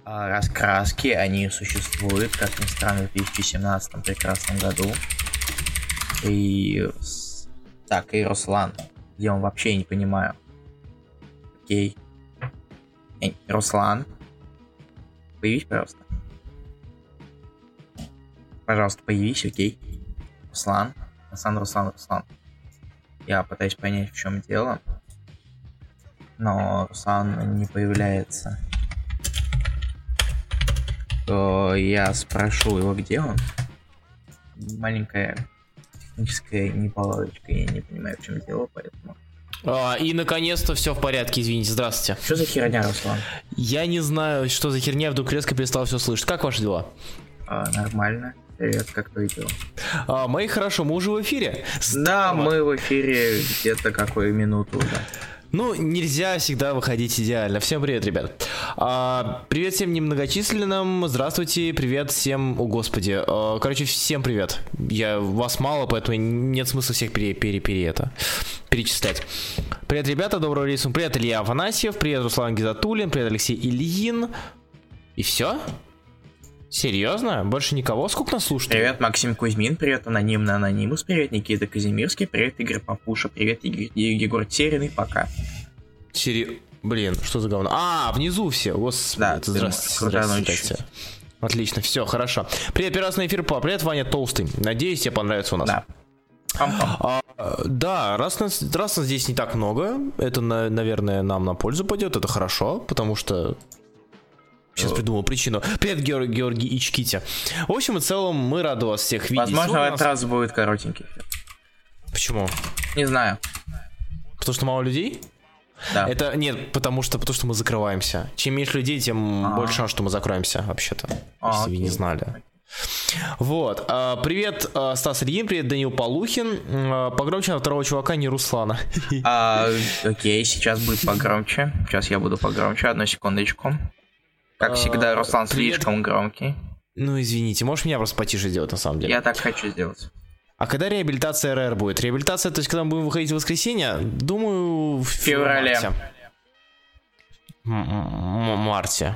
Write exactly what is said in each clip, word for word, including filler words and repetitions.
А раскраски, они существуют, как ни странно, в две тысячи семнадцатом прекрасном году. И... Так, и Руслан. Где он вообще, я не понимаю. Окей. Эй, Руслан. Появись, пожалуйста. Пожалуйста, появись, окей. Руслан. Руслан, Руслан, Руслан. Я пытаюсь понять, в чем дело. Но Руслан не появляется. То я спрошу его, где он. Маленькая техническая неполадочка. Я не понимаю, в чем дело, поэтому... А, и наконец-то все в порядке, извините, здравствуйте. Что за херня, Руслан? Я не знаю, что за херня, вдруг резко перестал все слышать. Как ваши дела? А, нормально. Привет, как твои дела? А, мои хорошо, мы уже в эфире. Да, мы в эфире где-то какую минуту уже. Ну, нельзя всегда выходить идеально. Всем привет, ребят. А, привет всем немногочисленным. Здравствуйте, привет всем... О, господи. А, короче, всем привет. Я вас мало, поэтому нет смысла всех пере, пере, пере это, перечислять. Привет, ребята, доброго рейса. Привет, Илья Афанасьев. Привет, Руслан Гизатуллин. Привет, Алексей Ильин. И все? Серьезно? Больше никого? Сколько нас слушает? Привет, Максим Кузьмин, привет, Анонимный Анонимус, привет, Никита Казимирский, привет, Игорь Папуша, привет, Игорь, Егор Теренный, пока. Сери... Блин, что за говно? А, внизу все, господи, да, здравствуйте, здравствуйте, здравствуйте. Отлично, все, хорошо. Привет, первый раз на эфир, привет, Ваня Толстый, надеюсь, тебе понравится у нас. Да. А, да, раз нас, раз нас здесь не так много, это, наверное, нам на пользу пойдет, это хорошо, потому что... Сейчас придумал причину. Привет, Георгий, Георгий и Чкитя. В общем и целом, мы рады вас всех видеть. Возможно, в этот раз будет коротенький. Почему? Не знаю. Потому что мало людей? Да. Это нет, потому что, потому что мы закрываемся. Чем меньше людей, тем А-а-а. больше шанс, что мы закроемся, вообще-то. А-а-а. Если вы не знали. Вот. Привет, Стас Ильин, привет, Данил Полухин. Погромче на второго чувака, не Руслана. А, окей, сейчас будет погромче. Сейчас я буду погромче, одну секундочку. Как всегда, Руслан Привет. слишком громкий. Ну, извините, можешь меня просто потише сделать, на самом деле? Я так хочу сделать. А когда реабилитация эр эр будет? Реабилитация, то есть, когда мы будем выходить в воскресенье? Думаю, в феврале. Марте.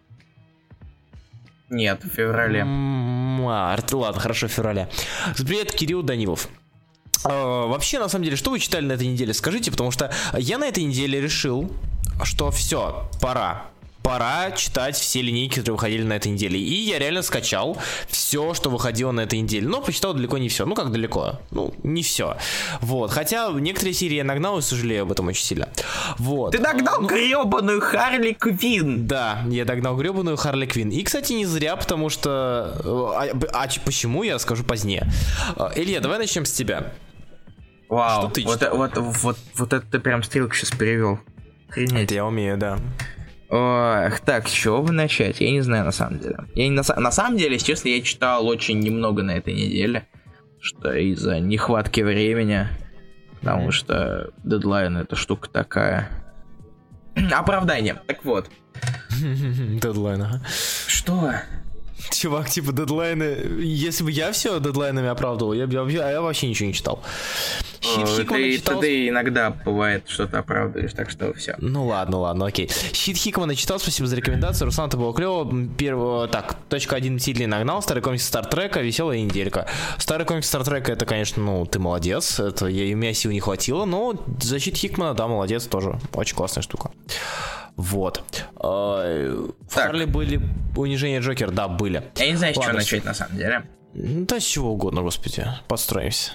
Нет, в феврале. Март, ладно, хорошо, в феврале. Привет, Кирилл Данилов. Uh, вообще, на самом деле, что вы читали на этой неделе? Скажите, потому что я на этой неделе решил, что все, пора. Пора читать все линейки, которые выходили на этой неделе. И я реально скачал все, что выходило на этой неделе. Но прочитал далеко не все. Ну как далеко? Ну, не все. Вот. Хотя некоторые серии я нагнал и сожалею об этом очень сильно. Вот. Ты догнал ну, гребаную Харли Квинн. Да, я догнал гребаную Харли Квинн. И, кстати, не зря, потому что... А, а почему, я скажу позднее. Илья, давай начнем с тебя. Вау. Что ты вот, вот, вот, вот это ты прям стрелку сейчас перевел. Охренеть. Это я умею, да. Ох, так, с чего бы начать? Я не знаю, на самом деле. Я не, на, на самом деле, если честно, я читал очень немного на этой неделе. Что из-за нехватки времени. Потому mm-hmm. что дедлайн — это штука такая. Оправдание. Так вот. Дедлайн, ага. Что? Чувак, типа дедлайны... Если бы я все дедлайнами оправдывал, я, я, я вообще ничего не читал. Щит Хикмана ты, читал... ты иногда бывает что-то оправдываешь, так что все. Ну ладно, ладно, окей. Щит Хикмана читал, спасибо за рекомендацию. Руслан, это было клево. Первого, так, точка один Тидли нагнал. Старый комикс Стартрека, веселая неделька. Старый комикс Стартрека, это, конечно, ну, ты молодец. Это я, у меня сил не хватило, но за Щит Хикмана, да, молодец тоже. Очень классная штука. Вот. В Харли были унижения Джокера, да, были. Я не знаю, с чего начать, на самом деле. Да, с чего угодно, господи. Подстроимся.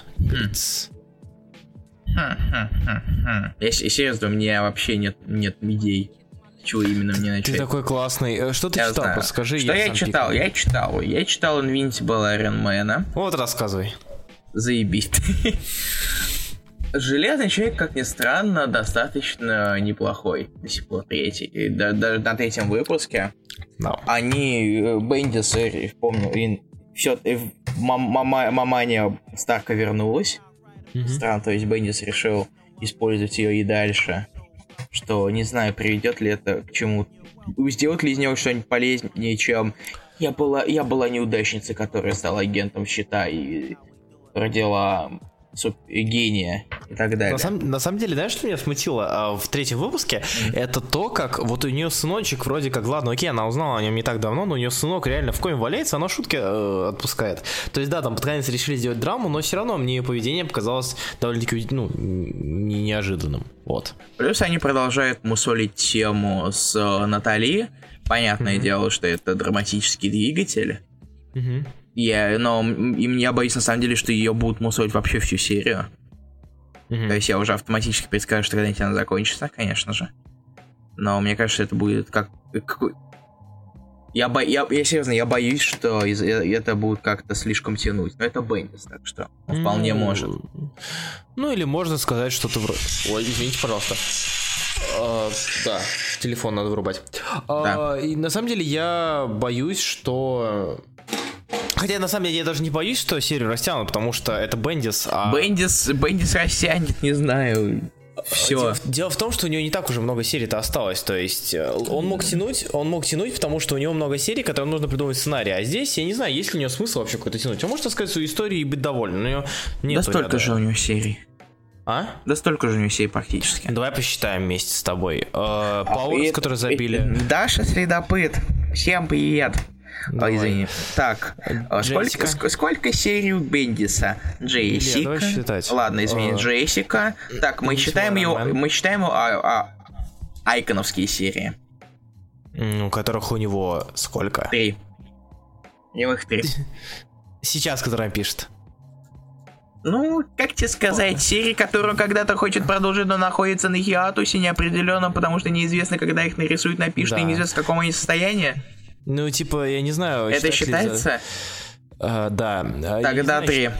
Если серьезно, у меня вообще нет, нет идей, чего именно мне начать. Ты такой классный. Что ты я читал? Знаю. Подскажи. Что я, я читал? Я читал. Я читал Invincible Iron Man. Вот рассказывай. Заебись. Железный человек, как ни странно, достаточно неплохой. До сих пор третий. Даже на третьем выпуске. No. Они, Бендис, помню, все, маманя Старка вернулась. Mm-hmm. Странно, то есть Бендис решил использовать ее и дальше. Что, не знаю, приведет ли это к чему. Сделать ли из него что-нибудь полезнее, чем я была, я была неудачницей, которая стала агентом Щита и родила гения и так далее. На, сам, на самом деле, знаешь, что меня смутило а, в третьем выпуске? Mm-hmm. Это то, как вот у нее сыночек вроде как, ладно, окей, она узнала о нем не так давно, но у нее сынок реально в коем валяется, она шутки э, отпускает. То есть, да, там под конец решили сделать драму, но все равно мне ее поведение показалось довольно-таки, ну, не неожиданным. Вот. Плюс они продолжают мусолить тему с э, Натали. Понятное mm-hmm. дело, что это драматический двигатель. Mm-hmm. Я, но и я боюсь на самом деле, что ее будут мусолить вообще всю серию. Mm-hmm. То есть я уже автоматически предскажу, что когда-нибудь она закончится, конечно же. Но мне кажется, это будет как... как... Я, бо... я, я серьезно, я боюсь, что из... это будет как-то слишком тянуть. Но это Бендис, так что он вполне mm-hmm. может. Ну или можно сказать что-то вроде... Ой, извините, пожалуйста. Uh, да, телефон надо вырубать. Uh, да. И на самом деле я боюсь, что... Хотя, на самом деле, я даже не боюсь, что серию растянут, потому что это Бендис, а... Бендис, Бендис растянет, не знаю. Все. Дело, дело в том, что у него не так уже много серий-то осталось. То есть, он мог тянуть, он мог тянуть, потому что у него много серий, которым нужно придумать сценарий. А здесь, я не знаю, есть ли у него смысл вообще какой-то тянуть. Он может рассказать свою историю и быть довольным. Но нет, да столько ряда... же у него серий. А? Да столько же у него серий практически. Давай посчитаем вместе с тобой. Uh, Пауэрс, который забили... Даша Следопыт. Всем привет. Ой, извини. Так, сколько, ск- сколько серий у Бендиса? Джессика. Илья, ладно, извини, uh, Джессика. Так, мы считаем ее, мы считаем его а, а, айконовские серии. У которых у него сколько? Три. У него их три. Сейчас, который он пишет. Ну, как тебе сказать, серии, которую когда-то хочет продолжить, но находится на хиатусе неопределенном, потому что неизвестно, когда их нарисуют, напишут, да. И неизвестно, в каком они состоянии. Ну, типа, я не знаю... Это считается? За... А, да. Тогда три.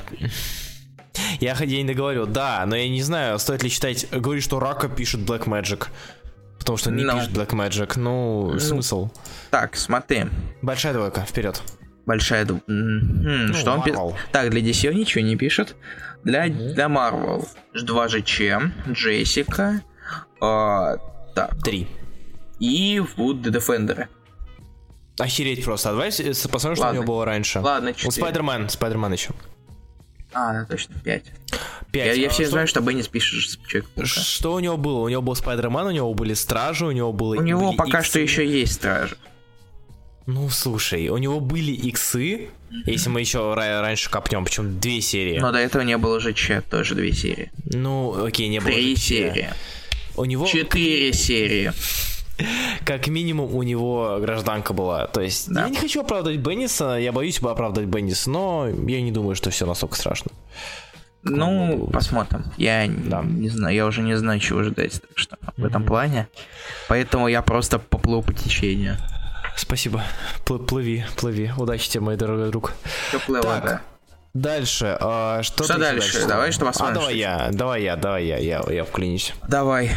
Я, я не договорил, да, но я не знаю, стоит ли считать... Говорит, что Рака пишет Black Magic. Потому что не no. пишет Black Magic. Ну, ну, смысл. Так, смотри. Большая двойка, вперед. Большая двойка. Ну, что он пишет? Так, для ди си он ничего не пишет. Для, mm-hmm. для Marvel. два джи че, Джессика. А, так. Три. И Wood Defender. Охереть просто. А давай посмотрим, что у него было раньше. Ладно, четыре. Вот Спайдермен, Спайдермен еще. А, да, точно, пять. пять. Я, я а все что... знаю, что Беннис пишет Человек-паука. Что у него было? У него был Спайдермен, у него были Стражи, у него было... У него были пока иксы. Что еще есть Стражи. Ну, слушай, у него были иксы, если мы еще раньше копнем, причем две серии. Но до этого не было же Че, тоже две серии. Ну, окей, не было Три серии. У него... Четыре серии. Как минимум у него гражданка была. То есть да. Я не хочу оправдывать Бенниса, я боюсь бы оправдывать Бенниса, но я не думаю, что все настолько страшно. Ну, посмотрим. Я да. не знаю, я уже не знаю, чего ждать, так что в mm-hmm. этом плане. Поэтому я просто поплыл по течению. Спасибо. Пл- плыви, плыви. Удачи тебе, мой дорогой друг. Все плыло, так. Да. Дальше. А, что что дальше? дальше? Давай, что посмотрим. А, давай я, давай я, давай я, я, я вклинюсь. Давай.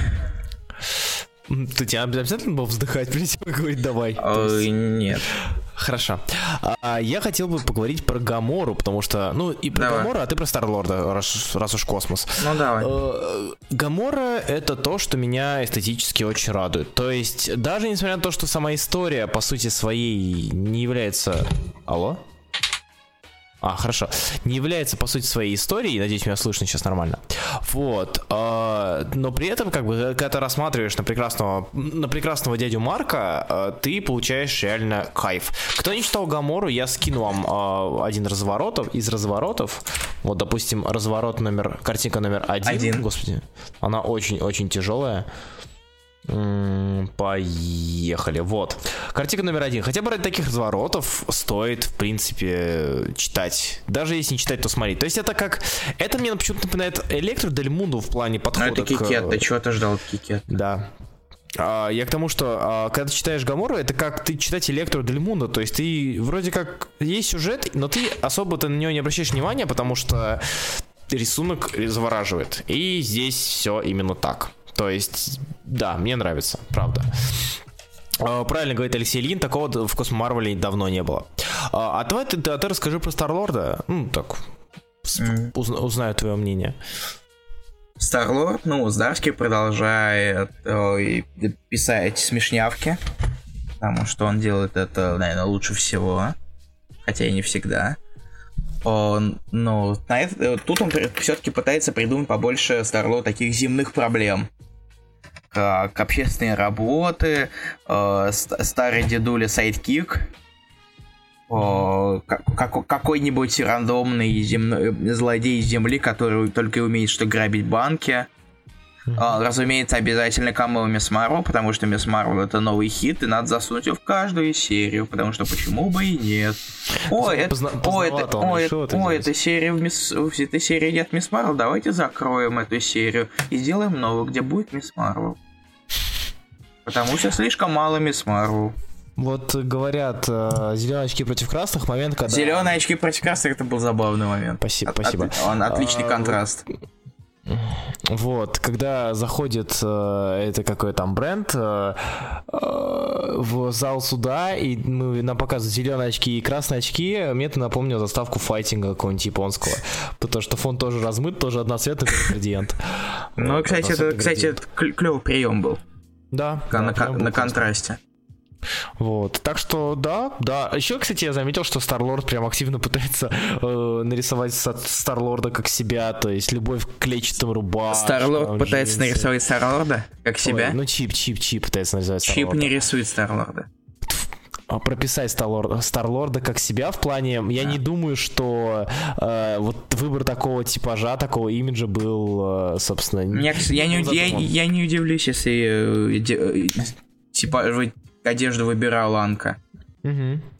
Ты тебе обязательно был вздыхать, перед тем, как говорить «давай»? О, есть... Нет. Хорошо. А, я хотел бы поговорить про Гамору, потому что... Ну, и про давай. Гамору, а ты про Старлорда, раз, раз уж космос. Ну, давай. А, Гамора — это то, что меня эстетически очень радует. То есть, даже несмотря на то, что сама история, по сути своей, не является... Алло? А, хорошо. Не является, по сути, своей историей. Надеюсь, меня слышно сейчас нормально. Вот. А, но при этом, как бы, когда ты рассматриваешь на прекрасного, на прекрасного дядю Марка, а, ты получаешь реально кайф. Кто не читал Гамору, я скину вам а, один разворотов, из разворотов. Вот, допустим, разворот номер, картинка номер один. один. Господи. Она очень-очень тяжелая. Поехали. Вот. Картинка номер один. Хотя бы ради таких разворотов стоит, в принципе, читать. Даже если не читать, то смотреть. То есть это как... Это мне почему-то напоминает Электро Дель Мундо в плане подхода. Ну это Кикет. К... Ты чего-то ждал от Кикет? Да. А, я к тому, что а, когда ты читаешь Гамору, это как ты читать Электро Дель Мундо. То есть ты вроде как... Есть сюжет, но ты особо-то на него не обращаешь внимания, потому что рисунок завораживает. И здесь все именно так. То есть, да, мне нравится, правда. Правильно говорит Алексей Ильин, такого в Космо Марвеле давно не было. А давай ты, а ты расскажи про Старлорда. Ну, так, mm. узна, узнаю твое мнение. Старлорд, ну, Здарский продолжает э, писать смешнявки, потому что он делает это, наверное, лучше всего, хотя и не всегда. О, ну, на это, тут он все-таки пытается придумать побольше Старлорд таких земных проблем. Как общественные работы, э, старый дедуля сайдкик, э, как, какой-нибудь рандомный земной, злодей из земли, который только и умеет что грабить банки. Uh, разумеется, обязательно камео Мисс Марвел, потому что Мисс Марвел это новый хит, и надо засунуть его в каждую серию, потому что почему бы и нет. Ой, это, Позна- ой, это, ой, это, ой это серия в, мисс, в этой серии нет Мисс Марвел, давайте закроем эту серию и сделаем новую, где будет Мисс Марвел. Потому что слишком мало Мисс Марвел. Вот говорят, зеленые очки против красных, момент, когда... Зеленые очки против красных, это был забавный момент. Спасибо, От, спасибо. От, он отличный а, контраст. Вот, когда заходит э, это какой там бренд э, э, в зал суда, и мы, нам показывают зеленые очки и красные очки, мне это напомнило заставку файтинга какого-нибудь японского, потому что фон тоже размыт, тоже одноцветный градиент. Ну, кстати, это, кстати, это клевый прием был. Да. На контрасте. Вот, так что да, да. Еще, кстати, я заметил, что Старлорд прям активно пытается э, нарисовать Старлорда как себя, то есть любовь к клетчатым рубашкам. Старлорд пытается нарисовать Старлорда как себя? Ой, ну Чип, Чип, Чип пытается нарисовать Старлорда. Чип не рисует Старлорда. Прописать Старлорда, Старлорда как себя в плане, я а. не думаю, что э, вот выбор такого типажа, такого имиджа был, э, собственно... Я, я, не, я, я не удивлюсь, если э, типа... одежду выбирала Анка. Угу.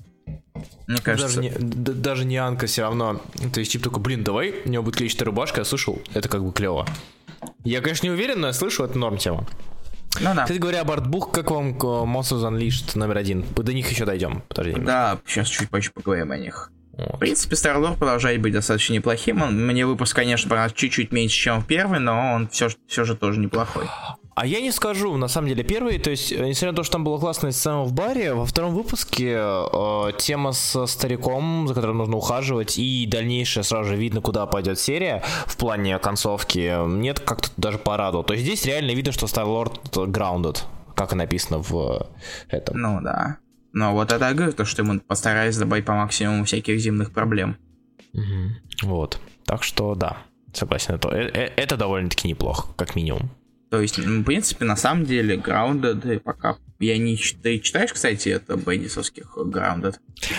Мне кажется. Даже не, д- даже не Анка все равно. То есть, типа, такой, блин, давай, у него будет клетчатая рубашка, я слышал, это как бы клево. Я, конечно, не уверен, но я слышу, это норм тема. Ну да. Кстати говоря, об артбук, как вам Monsters Unleashed номер один? До них еще дойдем. Подожди. Да, сейчас чуть позже поговорим о них. Вот. В принципе, Старлорд продолжает быть достаточно неплохим. Он, мне выпуск, конечно, понравился чуть-чуть меньше, чем в первый, но он все, все же тоже неплохой. А я не скажу, на самом деле, первый, то есть, несмотря на то, что там была классная сцена в баре, во втором выпуске э, тема с стариком, за которым нужно ухаживать, и дальнейшее сразу же видно, куда пойдет серия в плане концовки, мне как-то даже порадовало. То есть здесь реально видно, что Старлорд grounded, как и написано в этом. Ну да. Но вот это я говорю, то, что ему постарались добавить по максимуму всяких земных проблем. Угу. Вот. Так что да, согласен, это, это довольно-таки неплохо, как минимум. То есть, в принципе, на самом деле, Grounded пока... Я не... Ты читаешь, кстати, это бендисовских Grounded?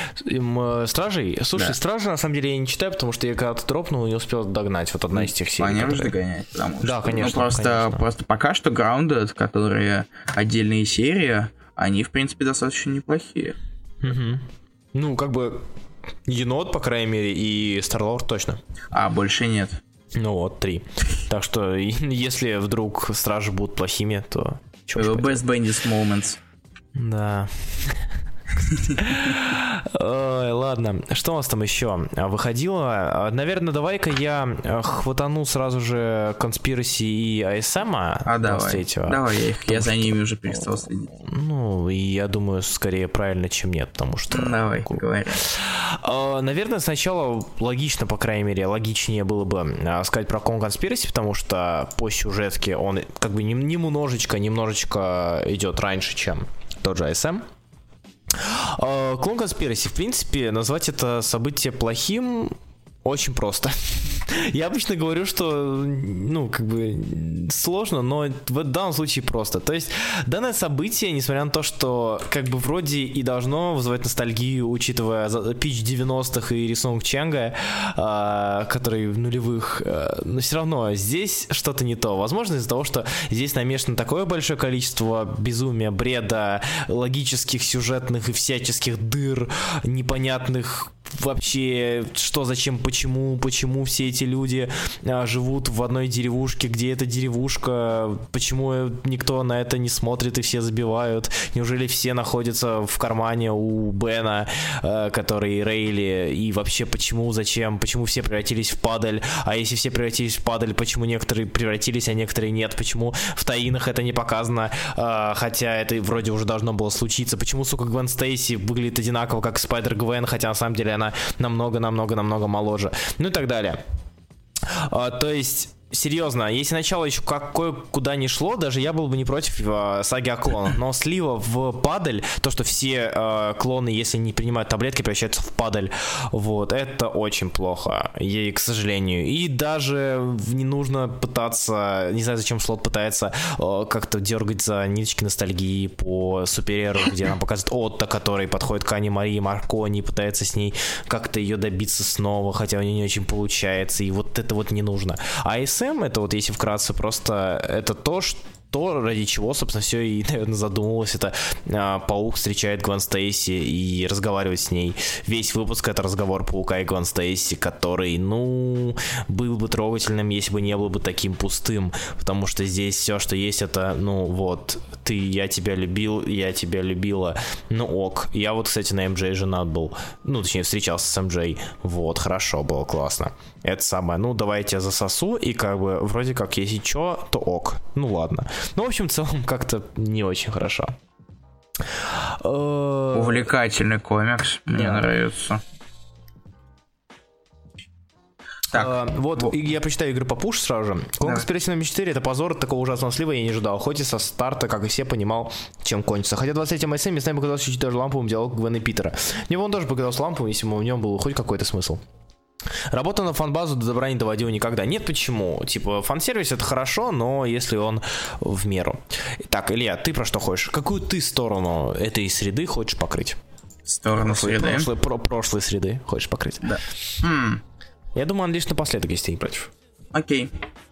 Стражей? Слушай, да. Стражи, на самом деле, я не читаю, потому что я когда-то дропнул и не успел догнать. Вот одна из тех серий. Планируешь которые... догонять? Потому да, что... конечно. Ну, просто, конечно. просто пока что Grounded, которые отдельные серии, они, в принципе, достаточно неплохие. Угу. Ну, как бы... Енот, по крайней мере, и Старлорд точно. А, больше нет. Ну вот, три. Так что, если вдруг стражи будут плохими, то... Best Bandits Moments. Да. Ой, ладно. Что у нас там еще выходило? Наверное, давай-ка я хватану сразу же Conspiracy и эй эс эм. А, давай. Давай, я, их, я за ними уже перестал следить. Ну, и я думаю, скорее правильно, чем нет, потому что... Давай, говори. Наверное, сначала логично, по крайней мере, логичнее было бы сказать про Clone Conspiracy, потому что по сюжетке он как бы немножечко, немножечко идет раньше, чем тот же эй эс эм. Clone Conspiracy, в принципе, назвать это событие плохим очень просто. Я обычно говорю, что, ну, как бы сложно, но в данном случае просто. То есть данное событие, несмотря на то, что как бы вроде и должно вызывать ностальгию, учитывая питч девяностых и рисунок Ченга, э, который в нулевых, э, но все равно здесь что-то не то. Возможно, из-за того, что здесь намешано такое большое количество безумия, бреда, логических, сюжетных и всяческих дыр, непонятных вообще, что, зачем, почему, почему все эти люди а, живут в одной деревушке, где эта деревушка, почему никто на это не смотрит и все забивают, неужели все находятся в кармане у Бена, а, который Рейли, и вообще почему, зачем, почему все превратились в падаль, а если все превратились в падаль, почему некоторые превратились, а некоторые нет, почему в таинах это не показано, а, хотя это вроде уже должно было случиться, почему, сука, Гвен Стейси выглядит одинаково, как Спайдер Гвен, хотя на самом деле она намного-намного-намного моложе, ну и так далее. А, то есть серьезно, если начало еще какое куда ни шло, даже я был бы не против э, саги о клонах. Но слива в падаль, то, что все э, клоны, если не принимают таблетки, превращаются в падаль, вот, это очень плохо, и, к сожалению. И даже не нужно пытаться, не знаю, зачем Слот пытается э, как-то дергать за ниточки ностальгии по Супереру, где нам показывают Отто, который подходит к Ане Марии Маркони, пытается с ней как-то ее добиться снова, хотя у нее не очень получается, и вот это вот не нужно. А эй эс эм, это вот, если вкратце, просто это то, что то, ради чего, собственно, все и, наверное, задумывалось. Это а, Паук встречает Гвен Стейси и разговаривает с ней. Весь выпуск — это разговор Паука и Гвен Стейси, который, ну, был бы трогательным, если бы не был бы таким пустым. Потому что здесь все, что есть, это, ну, вот, ты, я тебя любил, я тебя любила. Ну, ок. Я вот, кстати, на эм джей женат был. Ну, точнее, встречался с эм джей. Вот, хорошо, было классно. Это самое. Ну, давай я тебя засосу, и как бы, вроде как, если чё, то ок. Ну, ладно. Ну, в общем, в целом, как-то не очень хорошо. Увлекательный комикс. Мне Да. нравится. Так, а, вот, вот. Я прочитаю игры по пуш сразу же. Конкурс Пирати номер четыре — это позор, такого ужасного слива я не ожидал. Хоть и со старта, как и все, понимал, чем кончится. Хотя двадцать третьем эй эс эм мне показался чуть даже ламповым диалог Гвен и Питера. Мне он тоже показался ламповым, если бы в нем был хоть какой-то смысл. Работа на фан-базу до добра не доводила никогда. Нет, почему? Типа, фан-сервис — это хорошо, но если он в меру. Так, Илья, ты про что хочешь? Какую ты сторону этой среды хочешь покрыть? Сторону прошлой, среды? Прошлой, про, прошлой среды хочешь покрыть? Да. Хм. Я думаю, он лишь напоследок, если ты не против. Окей.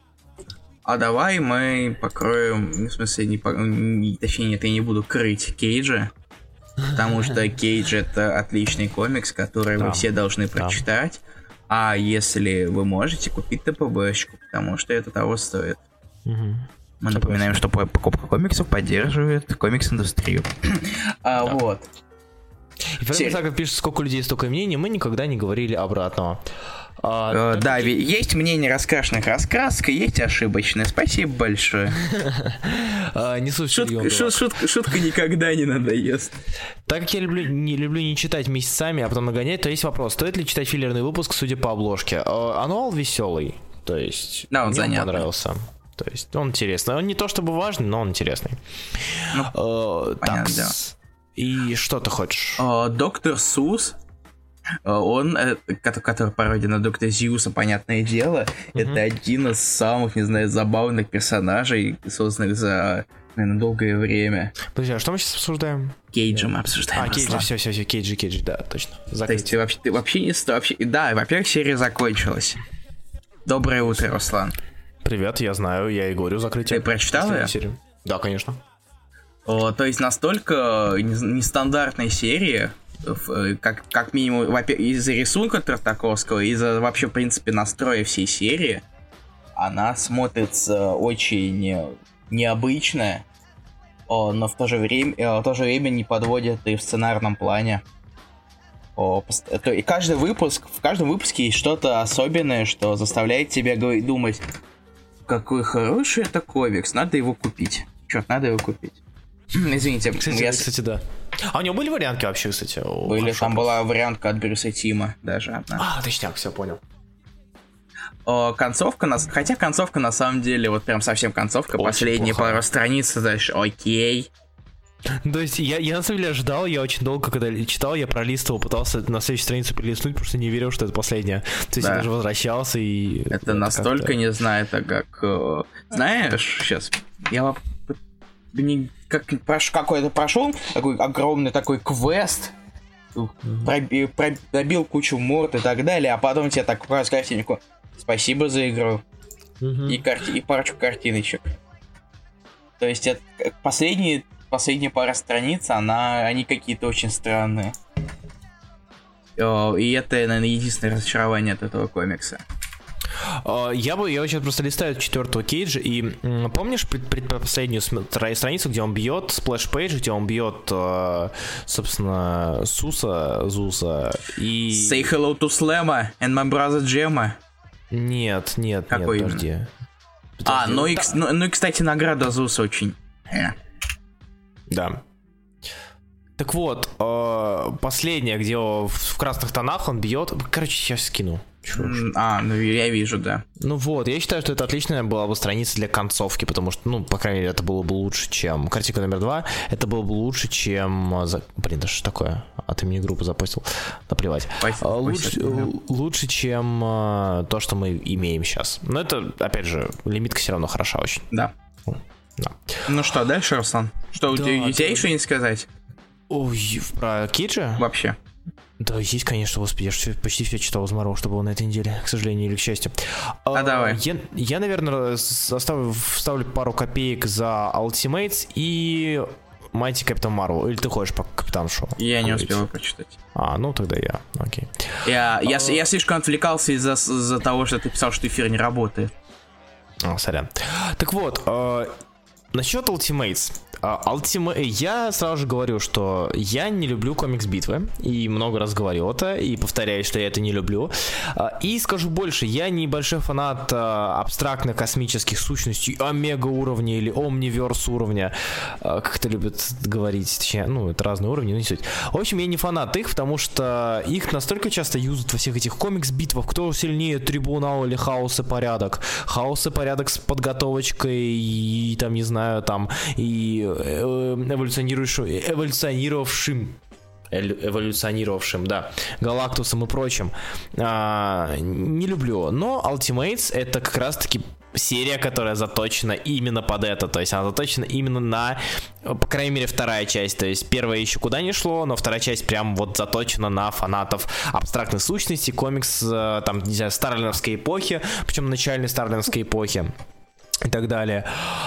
А давай мы покроем, в смысле, не, по... не, точнее, нет, я не буду крыть Кейджа, потому что Кейдж — это отличный комикс, который Да. вы все должны прочитать. А если вы можете, купить ТПБшку, потому что это того стоит. Угу. Мы напоминаем, что покупка комиксов поддерживает комикс-индустрию. а, Да. Вот. И Фрэнк Сага пишет, сколько людей, столько мнений, мы никогда не говорили обратного. А, Э, да, ви- есть мнение раскрашенных раскраской, есть ошибочное. Спасибо большое. а, не слушай, Шутка, шу- шутка, шутка никогда не надоест. Так как я люблю, не люблю не читать месяцами, а потом нагонять, то есть вопрос, стоит ли читать филлерный выпуск, судя по обложке. А, ануал веселый, то есть Да, он мне занятный. понравился. То есть он интересный. Он не то чтобы важный, но он интересный. Ну, Э, понятно, так, да. и что ты хочешь? Э, Доктор Сус, э, он, э, ко- который пародия на Доктора Зьюса, понятное дело, это один из самых, не знаю, забавных персонажей, созданных за, наверное, долгое время. Подожди, а что мы сейчас обсуждаем? Кейджа мы обсуждаем. А, Кейджи, Руслан. все, все, все, Кейджи, Кейджи, да, точно. То есть Закрыть. ты вообще, ты вообще не сто... Вообще... Да, во-первых, серия закончилась. Доброе утро, Руслан. Привет, я знаю, я и говорю закрытие. Ты прочитал Последнюю её? серию. Да, конечно. О, то есть настолько не- нестандартная серия, в- как, как минимум, во-первых, из-за рисунка Тартаковского, из-за вообще, в принципе, настроя всей серии, она смотрится очень необычно, о, но в то же время, э, в то же время не подводит и в сценарном плане. О, пост- то- и каждый выпуск, в каждом выпуске есть что-то особенное, что заставляет тебя говорить- думать, какой хороший это комикс, надо его купить. Черт, надо его купить. Извините, Кстати, я... кстати, да. А у него были вариантки вообще, кстати? у Были, Хашопа? там была вариантка от Брюса Тима даже одна. А, точняк, все понял. О, концовка, нас... хотя концовка на самом деле, вот прям совсем концовка, Очень последние плохая. пару страниц, дальше, окей. То есть я, я на самом деле ждал, я очень долго, когда читал, я пролистывал, пытался на следующую страницу перелистнуть, потому что не верил, что это последняя. То есть Да. я даже возвращался и... Это вот настолько, как-то- не знаю, это как... э, Знаешь, сейчас, я вам... не- Как прош- какой-то прошел, такой огромный такой квест, проби- про- добил кучу морд и так далее, а потом тебе так показывают картинку. Спасибо за игру. Мгм. И, карти- и парочку картиночек. То есть это последние, последняя пара страниц, она, они какие-то очень странные. О, И это, наверное, единственное разочарование от этого комикса. А, Я бы, я вот сейчас просто листаю четвертого Кейджа, и м, помнишь пред- предпоследнюю см- тра- страницу, где он бьет, сплэш-пейдж, где он бьет, э, собственно, Суса, Зуса, и... Say hello to Slamma and my brother Gemma. Нет, нет, Какой нет, подожди. А, Подожди, ну и, да. кс- ну, ну и, кстати, награда Зуса очень. э. Да. Так вот, э, последняя, где о- в в красных тонах он бьет. Короче, сейчас скину. Чушь. А, ну я вижу, да. Ну вот, я считаю, что это отличная была бы страница для концовки, потому что, ну, по крайней мере, это было бы лучше, чем... Картинка номер два, это было бы лучше, чем... Блин, да что такое? От имени группы запостил. Наплевать. Спасибо, лучше, спасибо. лучше, чем то, что мы имеем сейчас. Но это, опять же, лимитка все равно хороша очень. Да. Да. Ну что, дальше, Руслан? Что, да, у тебя, у тебя есть что-нибудь сказать? Ой, про Кейджа? Вообще. Да, есть, конечно, господи, я же почти все читал из Марвел, что было на этой неделе, к сожалению или к счастью. А, а давай. Я, я наверное, оставлю, вставлю пару копеек за Ultimates и Mighty Captain Marvel. Или ты ходишь по Капитаншу? Я не успел прочитать. А, ну тогда я, окей. Я, я, а... я слишком отвлекался из-за, из-за того, что ты писал, что эфир не работает. А, сорян. Так вот, э, насчет Ultimates. Ultima... Я сразу же говорю, что я не люблю комикс-битвы, и много раз говорил это, и повторяю, что я это не люблю. И скажу больше, я небольшой фанат абстрактных космических сущностей омега уровня или омниверс уровня, как это любят говорить, точнее, ну, это разные уровни, но не суть. В общем, я не фанат их, потому что их настолько часто юзают во всех этих комикс-битвах, кто сильнее, Трибунал или Хаос и Порядок. Хаос и Порядок с подготовочкой и, там, не знаю, там, и эволюционирующим, эволюционировавшим, эволюционировавшим, да, Галактусом и прочим. А, не люблю. Но Ultimates это как раз-таки серия, которая заточена именно под это. То есть она заточена именно на, по крайней мере, вторая часть. То есть первая еще куда не шло, но вторая часть прям вот заточена на фанатов абстрактной сущности, комикс, там, не знаю, старлиновской эпохи, причем начальной старлиновской эпохи. И так далее.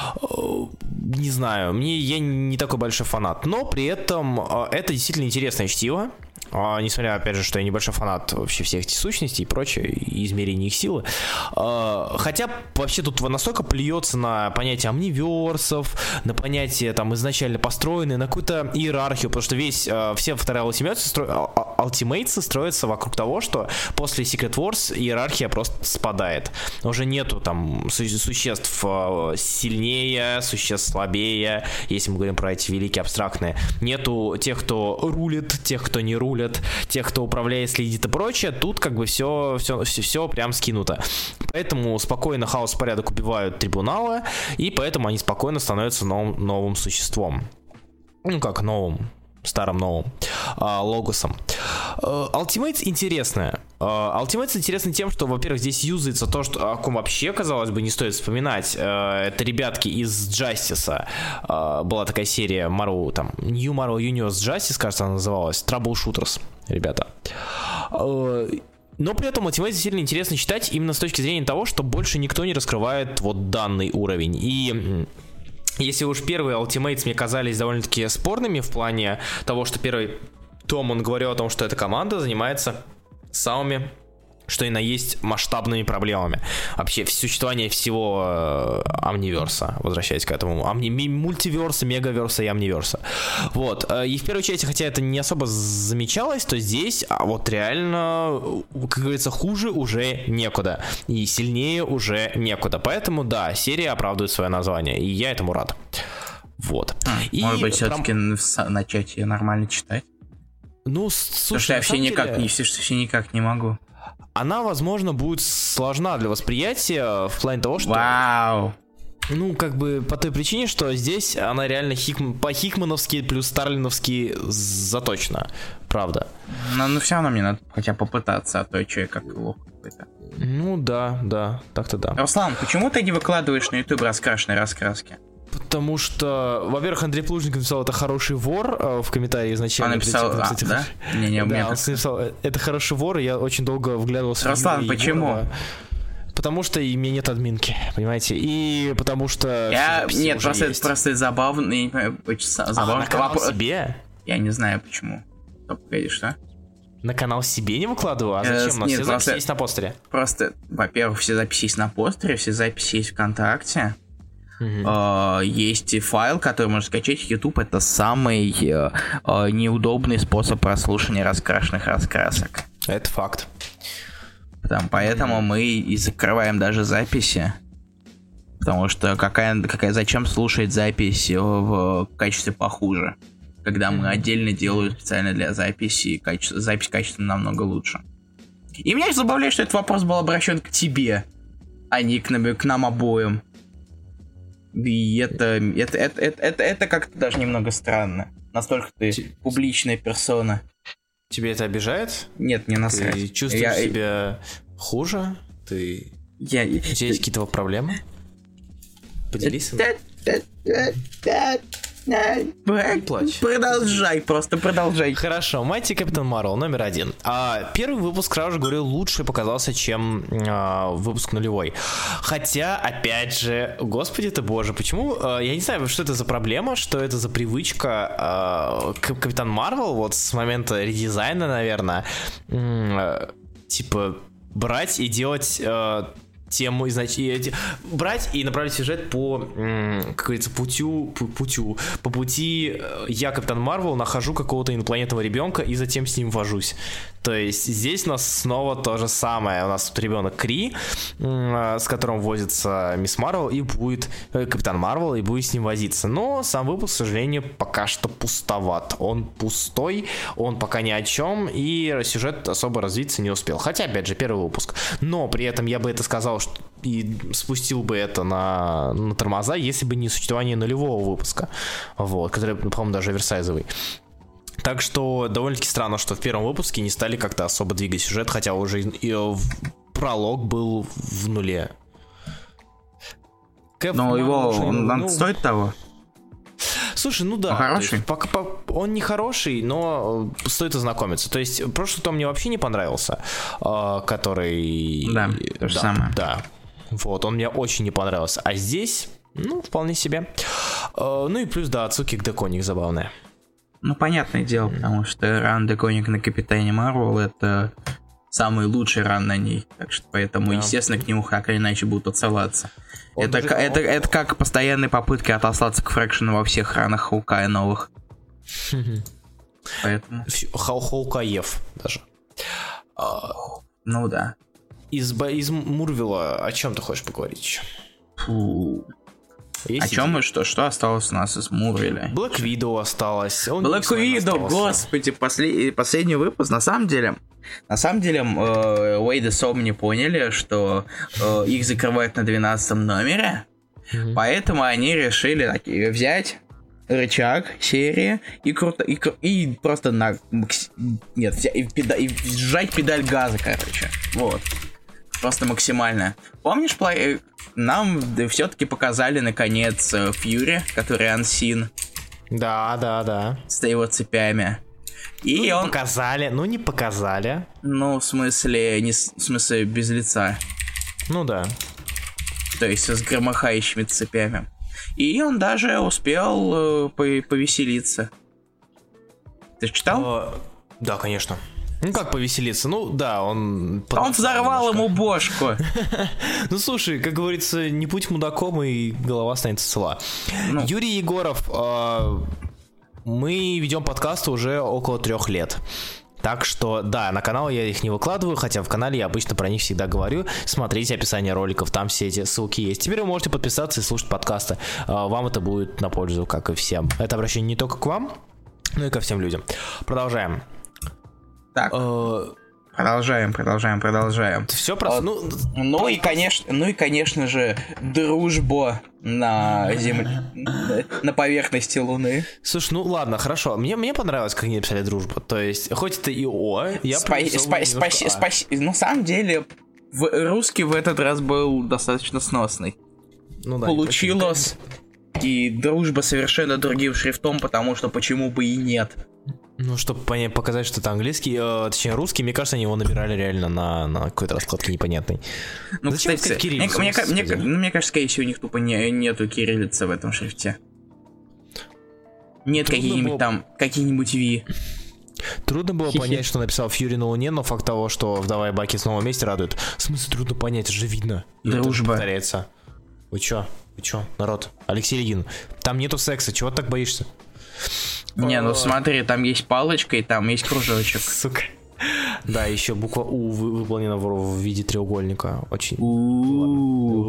Не знаю, мне я не такой большой фанат, но при этом это действительно интересное чтиво. Несмотря, опять же, что я небольшой фанат вообще всех этих сущностей и прочее, и измерений их силы. Хотя вообще тут настолько плюется на понятие омниверсов, на понятие там изначально построенные, на какую-то иерархию, потому что весь, все вторые Ultimates строятся вокруг того, что после Secret Wars иерархия просто спадает. Уже нету там существ сильнее, существ слабее, если мы говорим про эти великие абстрактные. Нету тех, кто рулит, тех, кто не рулит, тех, кто управляет, следит и прочее. Тут как бы все, все, все, все прям скинуто. Поэтому спокойно Хаос и Порядок убивают Трибунала, и поэтому они спокойно становятся новым, новым существом. Ну как новым, старым новым а, Логосом. Ultimates интересная. Ultimates интересно тем, что, во-первых, здесь юзается то, что, о ком вообще, казалось бы, не стоит вспоминать. Это ребятки из Justice. Была такая серия Marvel, там, New Marvel Universe Justice, кажется, она называлась. Troubleshooters, ребята. Но при этом Ultimates сильно интересно читать именно с точки зрения того, что больше никто не раскрывает вот данный уровень. И если уж первые Ultimates мне казались довольно-таки спорными в плане того, что первый том, он говорил о том, что эта команда занимается самыми, что и на есть, масштабными проблемами. Вообще, существование всего э, Омниверса, возвращаясь к этому, Омни, мультиверса, мегаверса и Омниверса. Вот. И в первой части, хотя это не особо замечалось, то здесь а вот реально, как говорится, хуже уже некуда. И сильнее уже некуда. Поэтому, да, серия оправдывает свое название. И я этому рад. Вот. А, и может быть, все-таки прям... начать ее нормально читать? Ну, слушай, потому что я все никак, деле... не, все, все никак не могу. Она, возможно, будет сложна для восприятия в плане того, что... Вау! Ну, как бы по той причине, что здесь она реально хикм... по-хикмановски плюс старлиновски заточена. Правда. Но ну, все равно мне надо хотя бы попытаться, а то что я как лох какой-то. Ну да, да, так-то да. Руслан, почему ты не выкладываешь на YouTube раскрашенные раскраски? Потому что, во-первых, Андрей Плужников написал «это хороший вор» э, в комментарии изначально. Он написал, а, кстати, да? Не, не, да, он написал «это хороший вор», и я очень долго вглядывался Руслан, в почему? Егорова, потому что и мне нет админки, понимаете? И потому что... Я... Нет, просто это, просто это забавно. Я не понимаю, забавно. А, на канал Вопрос... себе? Я не знаю, почему. Погоди, что? На канал себе не выкладываю? А зачем? У нас нет, все просто, записи есть на постере. Просто, во-первых, все записи есть на постере, все записи есть ВКонтакте. Uh-huh. Uh, есть файл, который можно скачать. YouTube — это самый uh, uh, неудобный способ прослушивания раскрашенных раскрасок. Это факт. Там, поэтому uh-huh. мы и закрываем даже записи. Потому что какая, какая, зачем слушать запись в качестве похуже, когда uh-huh. мы отдельно делаем специально для записи, качество, запись качественно намного лучше. И меня забавляет, что этот вопрос был обращен к тебе, а не к нам, к нам обоим. И это, это, это, это, это, это как-то даже немного странно. Настолько ты Т- публичная персона. Тебе это обижает? Нет, не насрать. Ты чувствуешь я... себя хуже? Ты... Я... У тебя есть какие-то проблемы? Поделись. Не плачь. Продолжай, просто продолжай. Хорошо, Mighty Captain Marvel номер один. А, первый выпуск, сразу же говорю, лучше показался, чем а, выпуск нулевой. Хотя, опять же, господи ты боже, почему? А, я не знаю, что это за проблема, что это за привычка а, Капитан Марвел, вот с момента редизайна, наверное, м- типа брать и делать... А, тему, значит, брать и направить сюжет по, как говорится, путю, путю, по пути я, Капитан Марвел, нахожу какого-то инопланетного ребенка и затем с ним вожусь. То есть здесь у нас снова то же самое. У нас тут ребенок Кри, с которым возится Мисс Марвел, и будет Капитан Марвел, и будет с ним возиться. Но сам выпуск, к сожалению, пока что пустоват. Он пустой, он пока ни о чем, и сюжет особо развиться не успел. Хотя, опять же, первый выпуск. Но при этом я бы это сказал, что и спустил бы это на, на тормоза, если бы не существование нулевого выпуска, вот, который, по-моему, даже оверсайзовый. Так что довольно-таки странно, что в первом выпуске не стали как-то особо двигать сюжет, хотя уже и, и пролог был в нуле. Кэп Но его он, он ну, стоит того? Слушай, ну да, он хороший? Есть, пока, по, он не хороший, но стоит ознакомиться. То есть прошлый том мне вообще не понравился, э, который... Да, то же да, самое. Да, вот, он мне очень не понравился. А здесь, ну, вполне себе. Э, ну и плюс, да, отсылки к Деконик забавные. Ну, понятное дело, потому что ран Деконик на Капитане Марвел — это самый лучший ран на ней. Так что поэтому, да. естественно, к нему как или иначе будут отсылаться. Это, даже... это, это как постоянные попытки отослаться к Фрэкшену во всех ранах Хоукая новых. Поэтому... Хоукаев даже. Ну да. Из, из Мурвила о чем ты хочешь поговорить? Фу. Есть о чем и что? Что осталось у нас из Мурвиля? Black Widow осталось. Black Widow, господи, послед... последний выпуск. На самом деле, на самом деле, э, Уэйд и Сом не поняли, что э, их закрывают на двенадцатом номере, mm-hmm. поэтому они решили так, взять рычаг серии и круто и, и просто на нет и, педа... и сжать педаль газа, короче, вот. Просто максимально. Помнишь, плей... нам все-таки показали наконец Фьюри, который Unseen. Да, да, да. С его цепями. И ну, не он... показали, ну не показали. Ну, в смысле, не в смысле без лица. Ну да. То есть с громыхающими цепями. И он даже успел э, повеселиться. Ты читал? О, да, конечно. Ну как повеселиться? Ну да, он... Он взорвал немножко. Ему бошку. Ну слушай, как говорится, не будь мудаком, и голова останется цела. Ну. Юрий Егоров, мы ведем подкасты уже около трех лет. Так что, да, на канал я их не выкладываю, хотя в канале я обычно про них всегда говорю. Смотрите описание роликов, там все эти ссылки есть. Теперь вы можете подписаться и слушать подкасты. Вам это будет на пользу, как и всем. Это обращение не только к вам, но и ко всем людям. Продолжаем. Так, продолжаем, продолжаем, продолжаем. Все просто. Ну, ну и конечно, ну и конечно же дружба на земле, на поверхности Луны. Слушай, ну ладно, хорошо. Мне мне понравилось, как они написали дружбу. То есть, хоть это и О, я спаси, спаси, спаси, спаси. На самом деле, в, русский в этот раз был достаточно сносный. Ну да. Получилось и дружба совершенно другим шрифтом, потому что почему бы и нет. Ну, чтобы понять, показать, что это английский, э, точнее русский, мне кажется, они его набирали реально на, на какой-то раскладке непонятной. Ну, зачем кстати, кириллицу, мне, мне, мне, мне кажется, скорее всего, у них тупо не, нету кириллицы в этом шрифте. Нет каких-нибудь было... там, какие-нибудь Ви. Трудно было Хи-хи. понять, что написал Фьюри на Луне, но факт того, что вдова и Баки снова вместе радует. В смысле трудно понять, это же видно. И дружба. Это повторяется. Вы чё? Вы чё, народ? Алексей Легин, там нету секса, чего ты так боишься? Не, ну смотри, там есть палочка и там есть кружочек. Сука. Да, еще буква У выполнена в виде треугольника. Очень.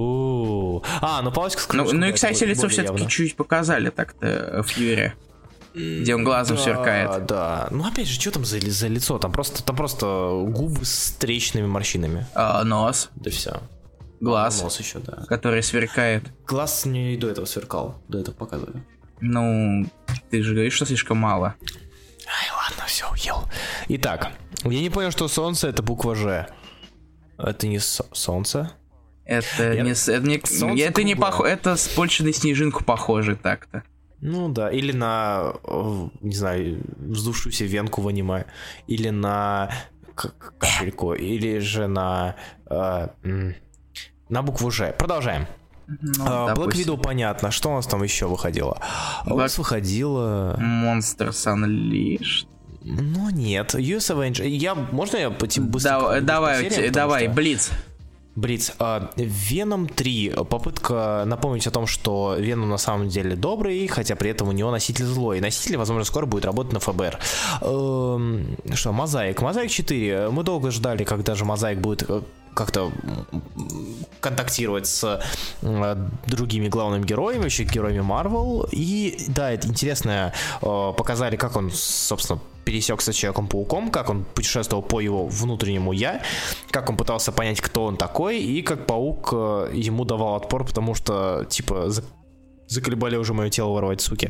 У-у-у. А, ну палочка с кружочком. Ну и, кстати, лицо все-таки чуть показали так-то Фьюри. Где он глазом да, сверкает. Да, ну опять же, что там за, за лицо? Там просто, там просто губы с трещинами, морщинами. А, нос. Да все. Глаз. А, нос еще, да. Который сверкает. Глаз не и до этого сверкал. До этого показывали. Ну, ты же говоришь, что слишком мало. Ай, ладно, все, уел. Итак, я не понял, что солнце это буква Ж. Это не со- солнце? Это я... не... Это не, солнце это не похоже... Это больше на снежинку похоже так-то. Ну да, или на, не знаю, вздувшуюся венку в аниме. Или на капельку. Или же на... Э, на букву Ж. Продолжаем. Ну, uh, Black Widow понятно. Что у нас там еще выходило? Black... У нас выходило... Monsters Unleashed. Ну нет, ю эс Avenger. Я, можно я типа, быстро... Да, давай, сериям, давай, Блиц. Блиц. Веном три. Попытка напомнить о том, что Веном на самом деле добрый, хотя при этом у него носитель злой. Носитель, возможно, скоро будет работать на эф бэ эр. Эм, что, Мозаик. Мозаик четыре. Мы долго ждали, когда же Мозаик будет как-то контактировать с э, другими главными героями, еще героями Marvel. И да, это интересно. Э, показали, как он, собственно, пересекся с Человеком-пауком, как он путешествовал по его внутреннему я, как он пытался понять, кто он такой, и как паук э, ему давал отпор, потому что, типа, за- заколебали уже мое тело воровать, суки.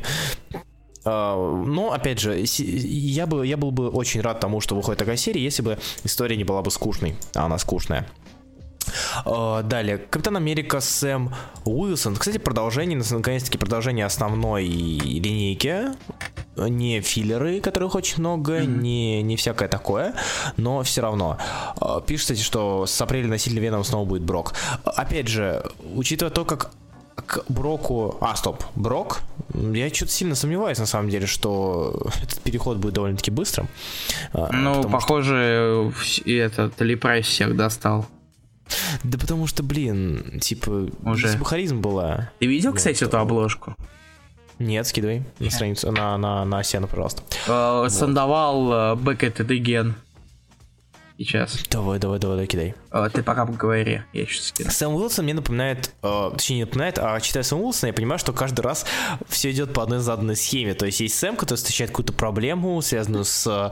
Uh, но, опять же, я, бы, я был бы очень рад тому, что выходит такая серия, если бы история не была бы скучной, а она скучная. Uh, далее, Капитан Америка Сэм Уилсон. Кстати, продолжение, наконец-таки продолжение основной линейки. Не филлеры, которых очень много, mm-hmm. не, не всякое такое, но все равно. Uh, пишет, кстати, что с апреля носитель Веном снова будет Брок. Uh, опять же, учитывая то, как к Броку... А, стоп, Брок? Я что-то сильно сомневаюсь, на самом деле, что этот переход будет довольно-таки быстрым. Ну, похоже, что... этот Ли Прайс всех достал. Да потому что, блин, типа, уже если бы харизма была... Ты видел, ну, кстати, то... эту обложку? Нет, скидывай на страницу, на, на, на Асену, пожалуйста. Uh, вот. Сандовал uh, Back at it again. Сейчас. Давай, давай, давай, давай, кидай. Uh, ты пока поговори, я сейчас скину. Сэм Уилсон мне напоминает, э, точнее не напоминает, а читая Сэм Уилсона, я понимаю, что каждый раз все идет по одной заданной схеме. То есть есть Сэм, который встречает какую-то проблему, связанную с...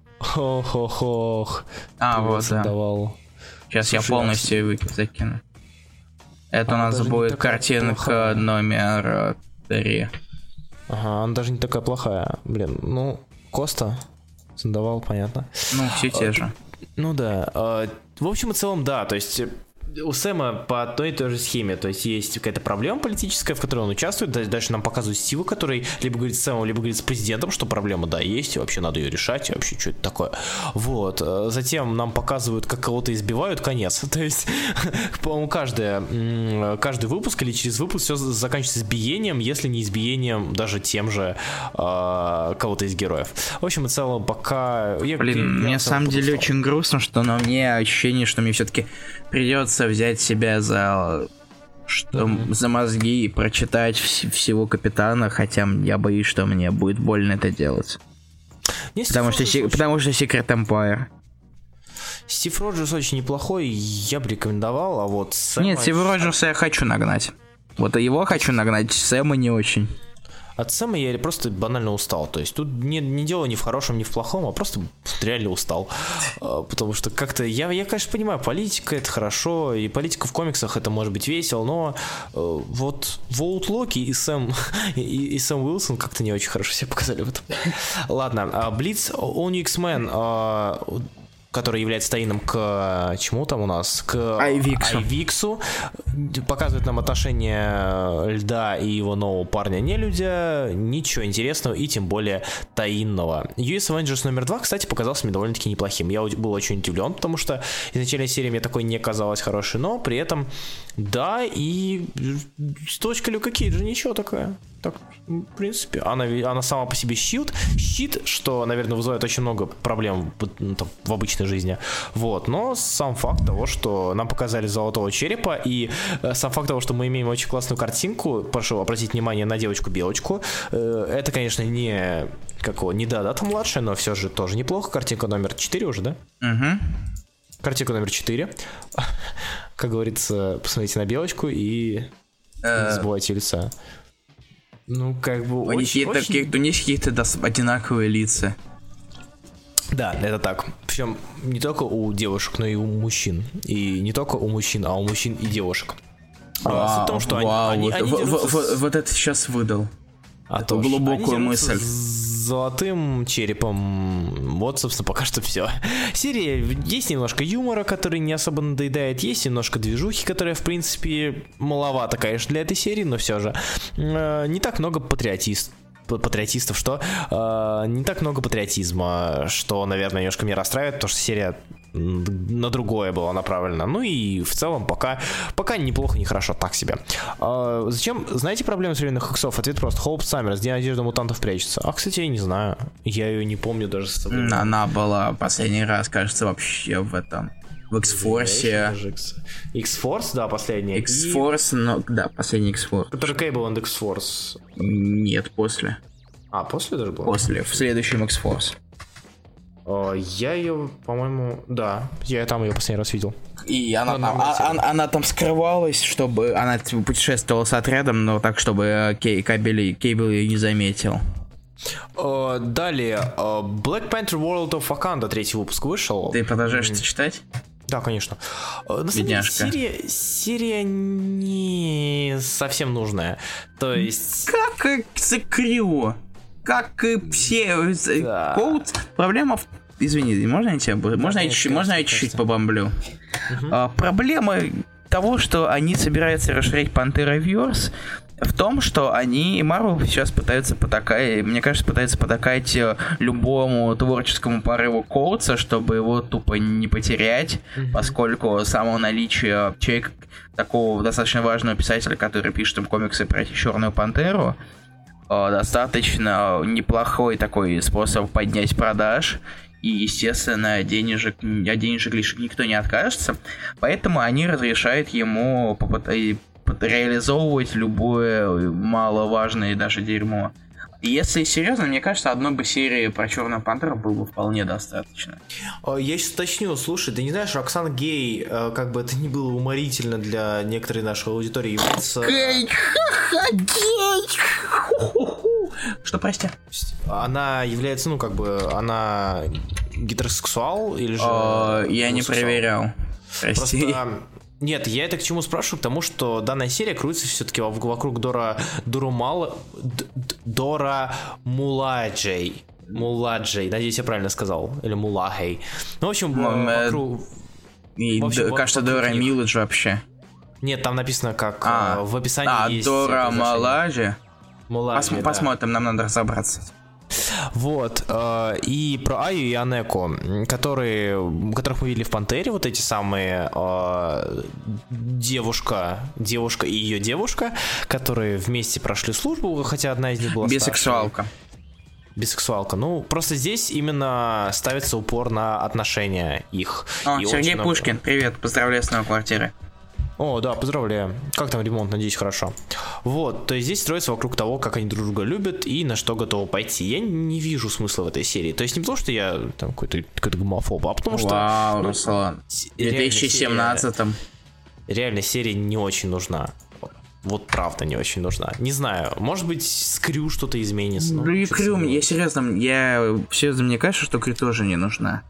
Хо-хо-хох. А, вот, давал. Да. Сейчас слушай, я полностью я... закину. Это а у нас будет картинка плохая. Номер три. Ага, она даже не такая плохая. Блин, ну, Коста, Сандовал, понятно. Ну, все те а, же. Ну да. А, в общем и целом, да, то есть... У Сэма по той и той же схеме, то есть есть какая-то проблема политическая, в которой он участвует, дальше нам показывают Стива, который либо говорит с Сэмом, либо говорит с президентом, что проблема, да, есть, и вообще надо ее решать, и вообще что это такое. Вот, затем нам показывают, как кого-то избивают, конец, то есть, по-моему, каждый, каждый выпуск или через выпуск все заканчивается избиением, если не избиением даже тем же э, кого-то из героев. В общем и целом, пока... Я, Блин, я, мне на самом деле очень грустно, что но мне ощущение, что мне все-таки придется взять себя за что mm-hmm. за мозги и прочитать вс- всего Капитана, хотя я боюсь, что мне будет больно это делать. Не, потому, что, си- потому что Secret Empire. Стив Роджерс очень неплохой, я бы рекомендовал, а вот Сэма... Нет, Стива Роджерса я хочу нагнать. Вот его хочу нагнать, Сэма не очень. От Сэма я просто банально устал. То есть тут не, не дело ни в хорошем, ни в плохом, а просто реально устал. Потому что как-то... Я, я, конечно, понимаю, политика — это хорошо, и политика в комиксах — это может быть весело, но вот Волт Локи и Сэм, и, и Сэм Уилсон как-то не очень хорошо себя показали в этом. Ладно, Блиц, All New X-Men, который является таином к чему там у нас? К Айвиксу. Айвиксу. Показывает нам отношения Льда и его нового парня-нелюдя. Ничего интересного и тем более таинного. ю эс Avengers номер два, кстати, показался мне довольно-таки неплохим. Я был очень удивлен, потому что изначально серия мне такой не казалась хорошей, но при этом да, и с точкой Люка Кейджа ничего такая. Так, в принципе, она, она сама по себе щит, щит, что, наверное, вызывает очень много проблем ну, там, в обычной жизни. Вот, но сам факт того, что нам показали золотого черепа, и э, сам факт того, что мы имеем очень классную картинку, прошу обратить внимание на девочку-белочку, э, это, конечно, не какого, не Дадата младшая, но все же тоже неплохо. Картинка номер четыре уже, да? Угу. Картинка номер четыре. Как говорится, посмотрите на белочку и не забывайте лица. Ну, как бы у них очень... какие-то, у них какие-то одинаковые лица. Да, это так. Причем не только у девушек, но и у мужчин. И не только у мужчин, а у мужчин и девушек. Вау, а, в том, что вау, они, вот, они, в, они в, в, вот это сейчас выдал. А Эту глубокую мысль. С золотым черепом. Вот, собственно, пока что все. Серия, есть немножко юмора, который не особо надоедает, есть немножко движухи, которая, в принципе, маловато, конечно, для этой серии, но все же. Э, не так много патриотистов. патриотистов, что э, не так много патриотизма, что, наверное, немножко меня расстраивает, потому что серия на другое была направлена. Ну и в целом пока, пока неплохо, не хорошо, так себе. А, зачем? Знаете проблему современных иксов? Ответ просто. Hope Summers, где одежда мутантов прячется. А, кстати, я не знаю. Я ее не помню даже с собой. Она была последний раз, кажется, вообще в этом. В X-Force. X-Force, да, последняя. X-Force, и... но да, последний X-Force. Который Cable and X-Force. Нет, после. А, после даже было? После, в следующем X-Force. Я ее, по-моему, да, я там ее последний раз видел. И она, она, там, она, она там скрывалась, чтобы она типа, путешествовала с отрядом, но так, чтобы Кей, Кабель, Кейбл ее не заметил. Uh, далее, uh, Black Panther World of Wakanda, третий выпуск вышел. Ты продолжаешь это читать? Да, конечно. Uh, на самом деле, серия, серия не совсем нужная. То есть... Как и Крю, как и все... Да. Коут, проблема в... Извини, можно я тебя... Да, можно, конечно, я, можно я чуть-чуть побомблю? Угу. Uh, проблема того, что они собираются расширять Пантераверс, в том, что они и Marvel сейчас пытаются потакать, мне кажется, пытаются потакать любому творческому порыву Коутса, чтобы его тупо не потерять, mm-hmm. поскольку само наличие человека, такого достаточно важного писателя, который пишет им комиксы про Черную Пантеру, достаточно неплохой такой способ поднять продаж. И, естественно, денежек, от денежек лишь никто не откажется. Поэтому они разрешают ему попытаться реализовывать любое маловажное даже дерьмо. И если серьезно, мне кажется, одной бы серии про Черную Пантеру было бы вполне достаточно. Я сейчас уточню, слушай, ты не знаешь, Роксан Гей, как бы это ни было уморительно для некоторой нашей аудитории, является... Гей, ха-ха, гей! Что, прости? Она является, ну, как бы, она гетеросексуал или же... О, я не проверял. Прости. Просто... Нет, я это к чему спрашиваю, к тому, что данная серия крутится все-таки вокруг Дора... Дора Мала... Дора Муладжей. Муладжей, надеюсь, я правильно сказал. Или Мулахей. Ну, в общем, ну, вокруг... И, в общем, кажется, вокруг Дора Миладж вообще. Нет, там написано, как а, в описании а, есть... А, Дора Муладжи? Муладжи, Пос- да. Посмотрим, нам надо разобраться. Вот, э, и про Аю и Анеку, которые, которых мы видели в Пантере, вот эти самые э, девушка, девушка и ее девушка, которые вместе прошли службу, хотя одна из них была бисексуалка. Старшей. Бисексуалка. Ну, просто здесь именно ставится упор на отношения их. О, и Сергей Пушкин, много... привет, поздравляю с новой квартирой. О, да, поздравляю. Как там ремонт? Надеюсь, хорошо. Вот, то есть здесь строится вокруг того, как они друг друга любят и на что готовы пойти. Я не вижу смысла в этой серии. То есть не потому, что я там какой-то, какой-то гомофоб, а потому что... Вау, ну, Руслан. В две тысячи семнадцатом. Серия, реально, серия не очень нужна. Вот правда не очень нужна. Не знаю, может быть, с Крю что-то изменится. Ну и Крю, я серьезно, я серьезно, мне кажется, что Крю тоже не нужна.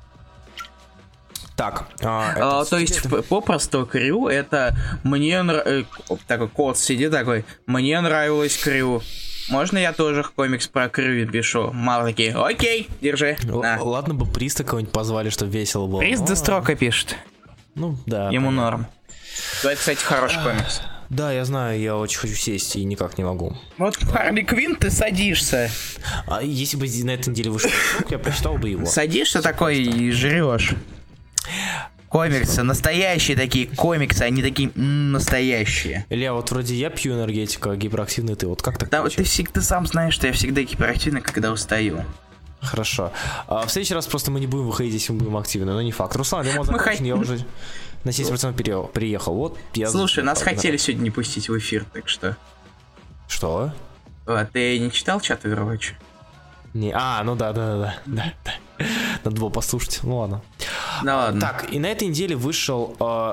Так, а, а, то есть это... попросту Крю это мне нравилось, такой кот сидит такой, мне нравилось Крю, можно я тоже комикс про Крю пишу? Мало такие, окей, держи. Л- ладно бы Приста кого-нибудь позвали, чтобы весело было. Прист Дестрока пишет. Ну да. Ему понятно. Норм. Это, кстати, хороший комикс. Да, я знаю, я очень хочу сесть и никак не могу. Вот Харли Квинн, ты садишься. А если бы на этой неделе вышел, я прочитал бы его. Садишься такой и жрешь. Комиксы, настоящие такие комиксы, они такие м- настоящие. Илья, вот вроде я пью энергетику, а гиперактивный ты, вот как так? Да, вот ты всегда сам знаешь, что я всегда гиперактивный, когда устаю. Хорошо. А в следующий раз просто мы не будем выходить, если мы будем активны, но не факт. Руслан, ремонт закончен, х... я уже на семьдесят процентов приехал. Вот я... Слушай, нас так, хотели да. сегодня не пустить в эфир, так что... Что? А, ты не читал чат Overwatch? Не, а, ну да, да, да, да, да. Надо было послушать, ну ладно. Ну ладно. Так, и на этой неделе вышел э,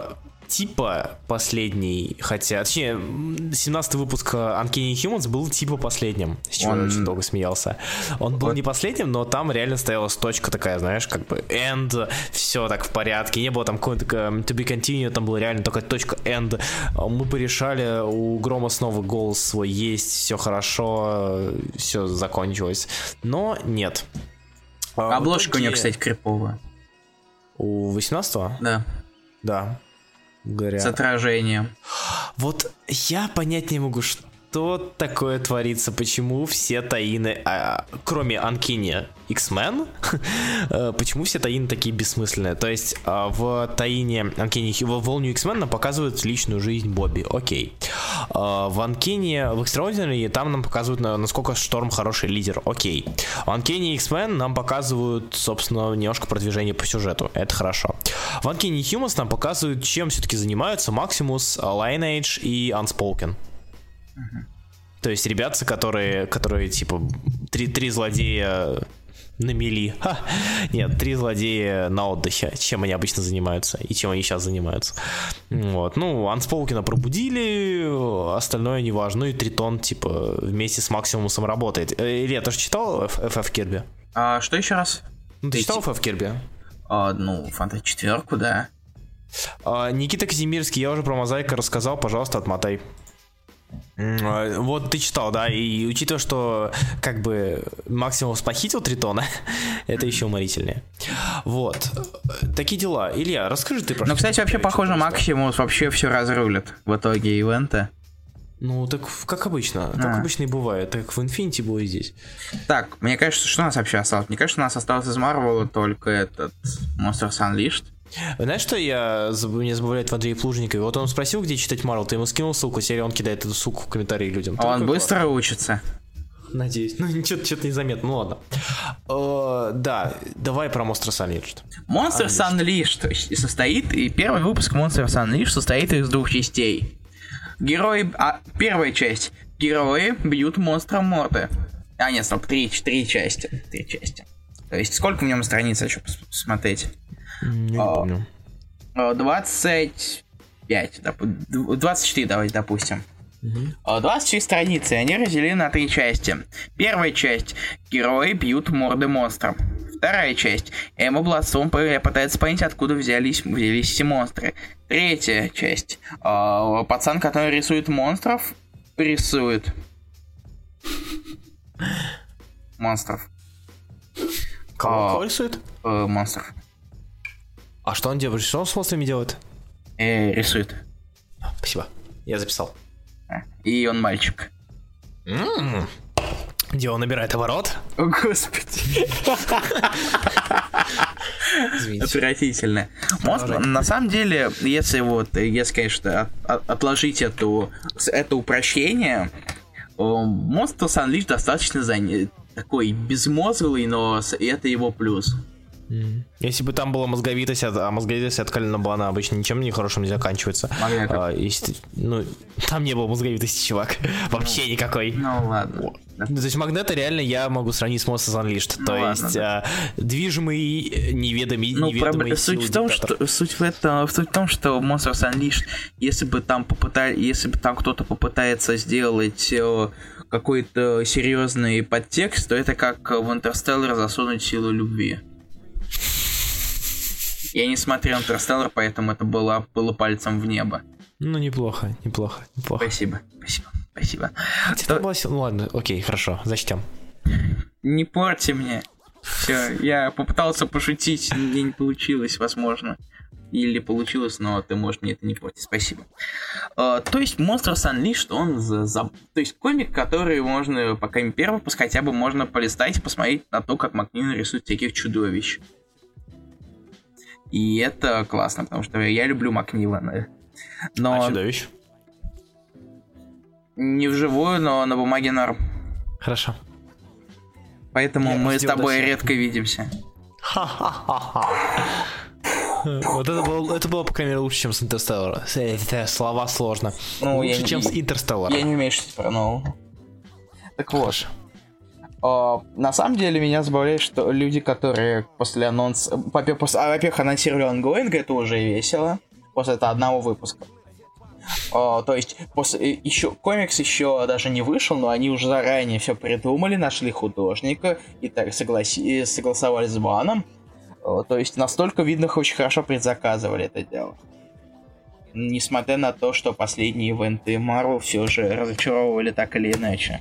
типа последний, хотя, точнее, семнадцатый выпуск Uncanny Humans был типа последним, с чего он... я очень долго смеялся. Он был вот. не последним, но там реально стояла точка такая, знаешь, как бы end, все так в порядке, не было там какой-то to be continued, там была реально только точка end. Мы порешали, у Грома снова голос свой есть, все хорошо, все закончилось, но нет. Обложка итоге... у нее, кстати, криповая. У восемнадцатого? Да. Да. Говоря. С отражением. Вот я понять не могу, что такое творится, почему все таины, а, кроме Uncanny X-Men, почему все таины такие бессмысленные. То есть в таине Uncanny, в All New X-Men нам показывают личную жизнь Бобби, окей. В Uncanny, в Extraordinary там нам показывают, насколько Шторм хороший лидер, окей. В Uncanny X-Men нам показывают, собственно, немножко продвижение по сюжету, это хорошо. В Uncanny Humans нам показывают, чем все-таки занимаются Maximus, Lineage и Unspoken. Uh-huh. То есть ребята, которые, которые типа, три, три злодея на мели. Ха. Нет, три злодея на отдыхе. Чем они обычно занимаются и чем они сейчас занимаются. Вот. Ну, Unspoken пробудили, остальное не важно. Ну и Тритон, типа, вместе с Максимусом работает. Илья, ты же читал эф эф Кирби? А, что еще раз? Ну, ты, ты читал эф эф Кирби? А, ну, Фанта четверку, да. А, Никита Казимирский, я уже про Мозаика рассказал, пожалуйста, отмотай. Вот ты читал, да, и учитывая, что как бы Максимус похитил Тритона, это еще уморительнее. Вот. Такие дела. Илья, расскажи ты про Ну, кстати, вообще, похоже, Максимус вообще все разрулит в итоге ивента. Ну, так как обычно. А. Как обычно и бывает. Так в Infinity было и здесь. Так, мне кажется, что у нас вообще осталось? Мне кажется, у нас осталось из Марвела только этот Monsters Unleashed. Знаешь, что я меня забавляет в Андрее Плужникове? Вот он спросил, где читать Марвел, ты ему скинул ссылку, серия он кидает эту ссылку в комментарии людям. А он быстро класс. Учится. Надеюсь. Ну, ничего, что-то незаметно. Ну ладно. Uh, да, давай про Monsters Unleashed. Monsters Unleashed, Unleashed состоит, и первый выпуск Monsters Unleashed состоит из двух частей. Герои... А, первая часть. Герои бьют монстра морды. А, нет, стоп, три, три части. Три части. То есть, сколько в нем страниц, хочу посмотреть? Не а, помню. двадцать пять, двадцать четыре, давайте допустим. Uh-huh. двадцать четыре страницы, они разделены на три части. Первая часть. Герои бьют морды монстрам. Вторая часть. Эмма Бластон пытается понять, откуда взялись, взялись все монстры. Третья часть. Э, пацан, который рисует монстров, рисует монстров. Кого, кого рисует? Э, монстров. А что он делает? Что он с монстрами делает? Э, рисует. Спасибо. Я записал. И он мальчик. Mm. Где он набирает оборот? О, господи. Отвратительно. Монстр, на самом деле, если вот, если, конечно, от, отложить эту, это упрощение, Monsters Unleashed достаточно занят, такой безмозглый, но это его плюс. Mm. Если бы там была мозговитость, а мозговитость от Калина Бана обычно ничем нехорошим не заканчивается. А, если, ну, там не было мозговитости, чувак. Вообще ну, никакой. Ну ладно. То есть Магнета реально я могу сравнить с Monsters Unleashed. Ну, То ладно, есть да. а, движимый неведомый, ну, неведомый проб... суть в том, что суть в этом, суть в том, что Monsters Unleashed, если бы там попытали, если бы там кто-то попытается сделать э, какой-то серьезный подтекст, то это как в Интерстеллар засунуть силу любви. Я не смотрел Интерстеллар, поэтому это было, было пальцем в небо. Ну, неплохо, неплохо, неплохо. Спасибо, спасибо, спасибо. То... Было... Ну ладно, окей, хорошо, зачтем. Не порти мне. Все, я попытался пошутить, мне не получилось, возможно. Или получилось, но ты можешь мне это не портить. Спасибо. Uh, то есть Monsters Unleashed, он за, за... То есть комик, который можно, пока не первый выпуск, хотя бы можно полистать и посмотреть на то, как Макнин рисует всяких чудовищ. И это классно, потому что я люблю Макмиллана. Но... А чудовищ? Не вживую, но на бумаге норм. Хорошо. Поэтому я мы с тобой дальше. редко видимся. Ха-ха-ха-ха. Вот это было, это было, по крайней мере, лучше, чем с Интерстеллара. Слова сложно. Ну, лучше, я, чем с Интерстеллара. Я не умею шутить про нового. Так вот. Uh, на самом деле меня забавляет, что люди, которые после анонса... Во-первых, анонсировали ongoing, это уже весело. После этого одного выпуска. О, то есть после, еще, комикс еще даже не вышел, но они уже заранее все придумали, нашли художника и так согласи, согласовали с Баном. О, то есть настолько, видно, очень хорошо предзаказывали это дело. Несмотря на то, что последние ивенты Marvel все же разочаровывали так или иначе.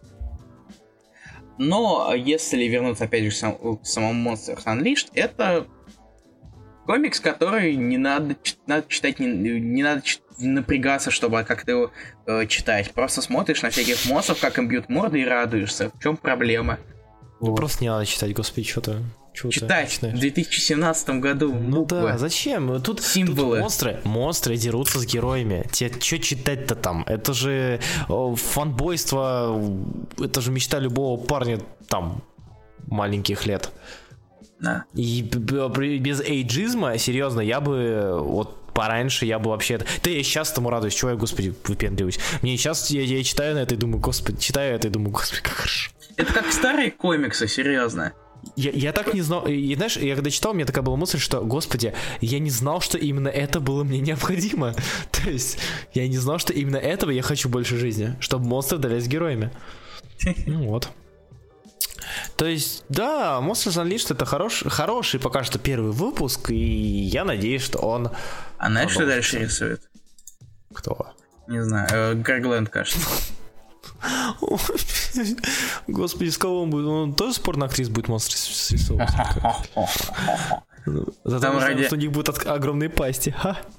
Но если вернуться опять же к, сам, к самому Monsters Unleashed, это комикс, который не надо, надо читать, не, не надо читать, напрягаться, чтобы как-то его э, читать. Просто смотришь на всяких монстров, как им бьют морды, и радуешься. В чем проблема? Вот. Просто не надо читать, господи, что-то. Читать в две тысячи семнадцатом году. Ну буквы. Да, зачем? Тут, символы. Тут монстры, монстры дерутся с героями. Тебе что читать-то там? Это же о, фанбойство, это же мечта любого парня там маленьких лет. Да. И без эйджизма, серьезно, я бы вот пораньше я бы вообще... Да я сейчас тому радуюсь, чего я, господи, выпендриваюсь. Мне сейчас, я, я читаю на это и думаю, господи, читаю это и думаю, господи, как хорошо. Это как старые комиксы, серьезно. Я, я так не знал, и знаешь, я когда читал, у меня такая была мысль, что, господи, я не знал, что именно это было мне необходимо. То есть, я не знал, что именно этого я хочу больше жизни, чтобы монстры дрались с героями. Ну вот. То есть, да, Monsters Unleashed это хорош, хороший пока что первый выпуск, и я надеюсь, что он... А знаешь, что дальше рисует? Кто? Не знаю, Грег Лэнд, кажется. Господи, с кого он будет? Он тоже порно-актрис будет монстр рисовывать. Зато ради... у них будут огромные пасти.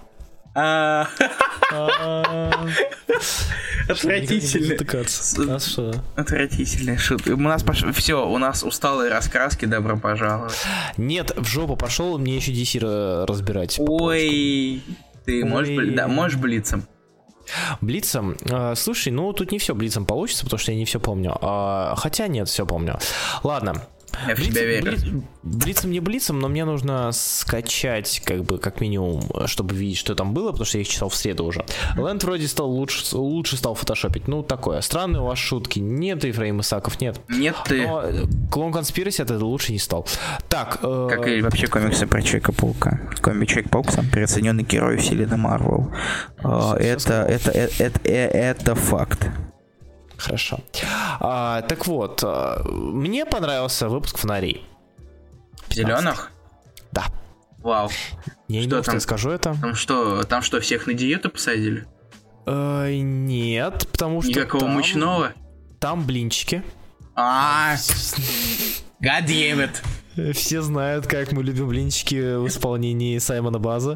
Отвратительный. А что? Отвратительный шут. У нас пош... все, у нас усталые раскраски, добро пожаловать. Нет, в жопу пошел, мне еще ди си разбирать. Ой, ты можешь, да, можешь блицем. Блицем? Э, слушай, ну тут не все блицем получится, потому что я не все помню. Э, хотя нет, все помню. Ладно. Я в Блиц, тебя верю. Блиц, блицем не блицем, но мне нужно скачать, как бы, как минимум, чтобы видеть, что там было, потому что я их читал в среду уже. Лэнд вроде стал лучше, лучше стал фотошопить. Ну, такое. Странные у вас шутки. Нет, Ефраим Исаков, нет. Нет ты. Но Клон Конспираси это лучше не стал. Так. Э... Как и вообще комиксы про Человека-паука. Комик Человек-паук сам переоцененный герой вселенной Марвел. Э, это, это, это, это, это факт. Хорошо. А, так вот, мне понравился выпуск «Фонарей». Зеленых? Да. Вау. Я не думаю, что я скажу это. Там что, там что, всех на диету посадили? А, нет, потому что никакого там, мучного? Там блинчики. А, God damn it. Все знают, как мы любим блинчики в исполнении Саймона База.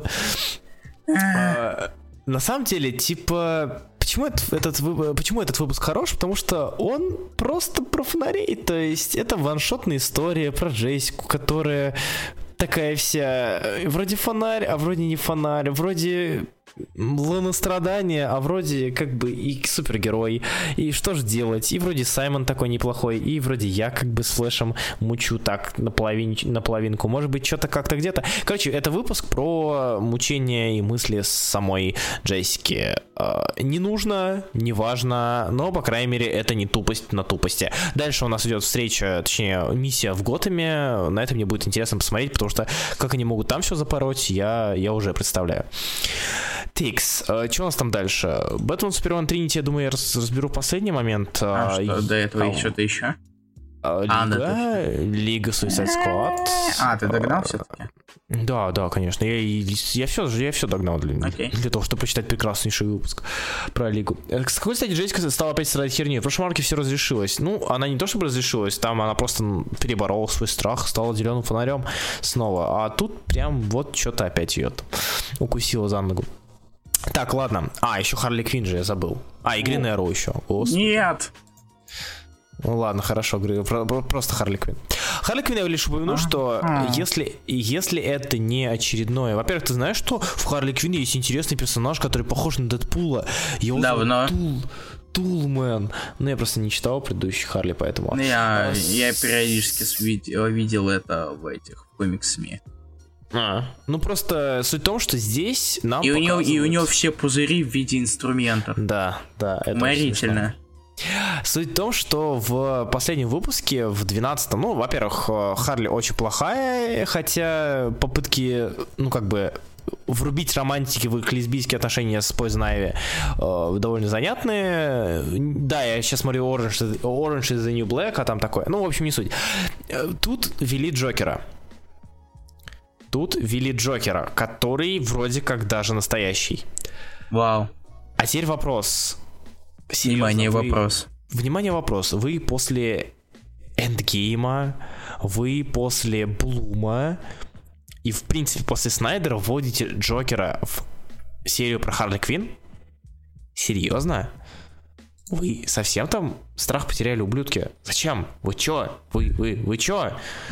На самом деле, типа... Почему этот, этот, почему этот выпуск хорош? Потому что он просто про фонарей. То есть это ваншотная история про Джессику, которая такая вся... Вроде фонарь, а вроде не фонарь. Вроде лунострадание, а вроде как бы и супергерой. И что же делать? И вроде Саймон такой неплохой. И вроде я как бы с Флэшем мучу так наполовин, наполовинку. Может быть, что-то как-то где-то. Короче, это выпуск про мучения и мысли самой Джессики. Не нужно, не важно, но, по крайней мере, это не тупость на тупости. Дальше у нас идет встреча, точнее, миссия в Готэме. На это мне будет интересно посмотреть, потому что как они могут там все запороть, я, я уже представляю. Тикс, э, что у нас там дальше? Бэтмен Супермен Тринити, я думаю, я раз, разберу в последний момент. А, а что, до этого а, что-то еще? А, Лига, а, да, Лига Suicide Squad. А, ты догнал все-таки? Да, да, конечно. Я, я, все, я все догнал для, okay. для того, чтобы почитать прекраснейший выпуск про Лигу. С какой стати Джессика стала опять страдать херней? В прошлом арке все разрешилось. Ну, она не то чтобы разрешилась, там она просто переборола свой страх, стала зеленым фонарем снова. А тут прям вот что-то опять ее укусило за ногу. Так, ладно. А, еще Харли Квинн же я забыл. А, и Грин Эроу еще. Господи. Нет! Ну ладно, хорошо, просто Харли Квинн. Харли Квинн я лишь упомяну, что если, если это не очередное... Во-первых, ты знаешь, что в Харли Квинн есть интересный персонаж, который похож на Дэдпула? Его зовут Тул. Тулмен. Ну, я просто не читал предыдущий Харли, поэтому... Я, я периодически видел, видел это в этих комикс-СМИ. А, ну просто суть в том, что здесь нам и, показывают... у него, и у него все пузыри в виде инструментов. Да, да. Это уморительно. Суть в том, что в последнем выпуске, в двенадцатом, ну, во-первых, Харли очень плохая, хотя попытки, ну, как бы, врубить романтики в их лесбийские отношения с Poison Ivy э, довольно занятные. Да, я сейчас смотрю Orange, Orange is the New Black, а там такое. Ну, в общем, не суть. Тут ввели Джокера. Тут ввели Джокера, который вроде как даже настоящий. Вау. А теперь вопрос. Серьезно, Внимание, вы... вопрос. Внимание, вопрос. Вы после Эндгейма, вы после Блума и, в принципе, после Снайдера вводите Джокера в серию про Харли Квинн? Серьезно? Вы совсем там страх потеряли, ублюдки? Зачем? Вы чё? Вы, вы, вы чё?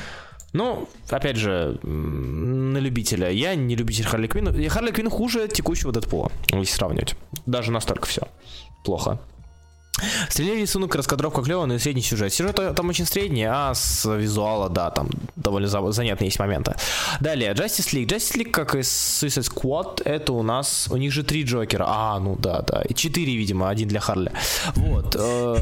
Ну, опять же, на любителя. Я не любитель Харли Квинн. Харли Квинн хуже текущего Дэдпула, если сравнивать. Даже настолько все плохо. Стрельный рисунок, раскадровка клёвая, но и средний сюжет. Сюжет там очень средний, а с визуала, да, там довольно занятные есть моменты. Далее, Justice League. Justice League, как и Suicide Squad, это у нас... У них же три Джокера. А, ну да, да. И четыре, видимо, один для Харли. Вот.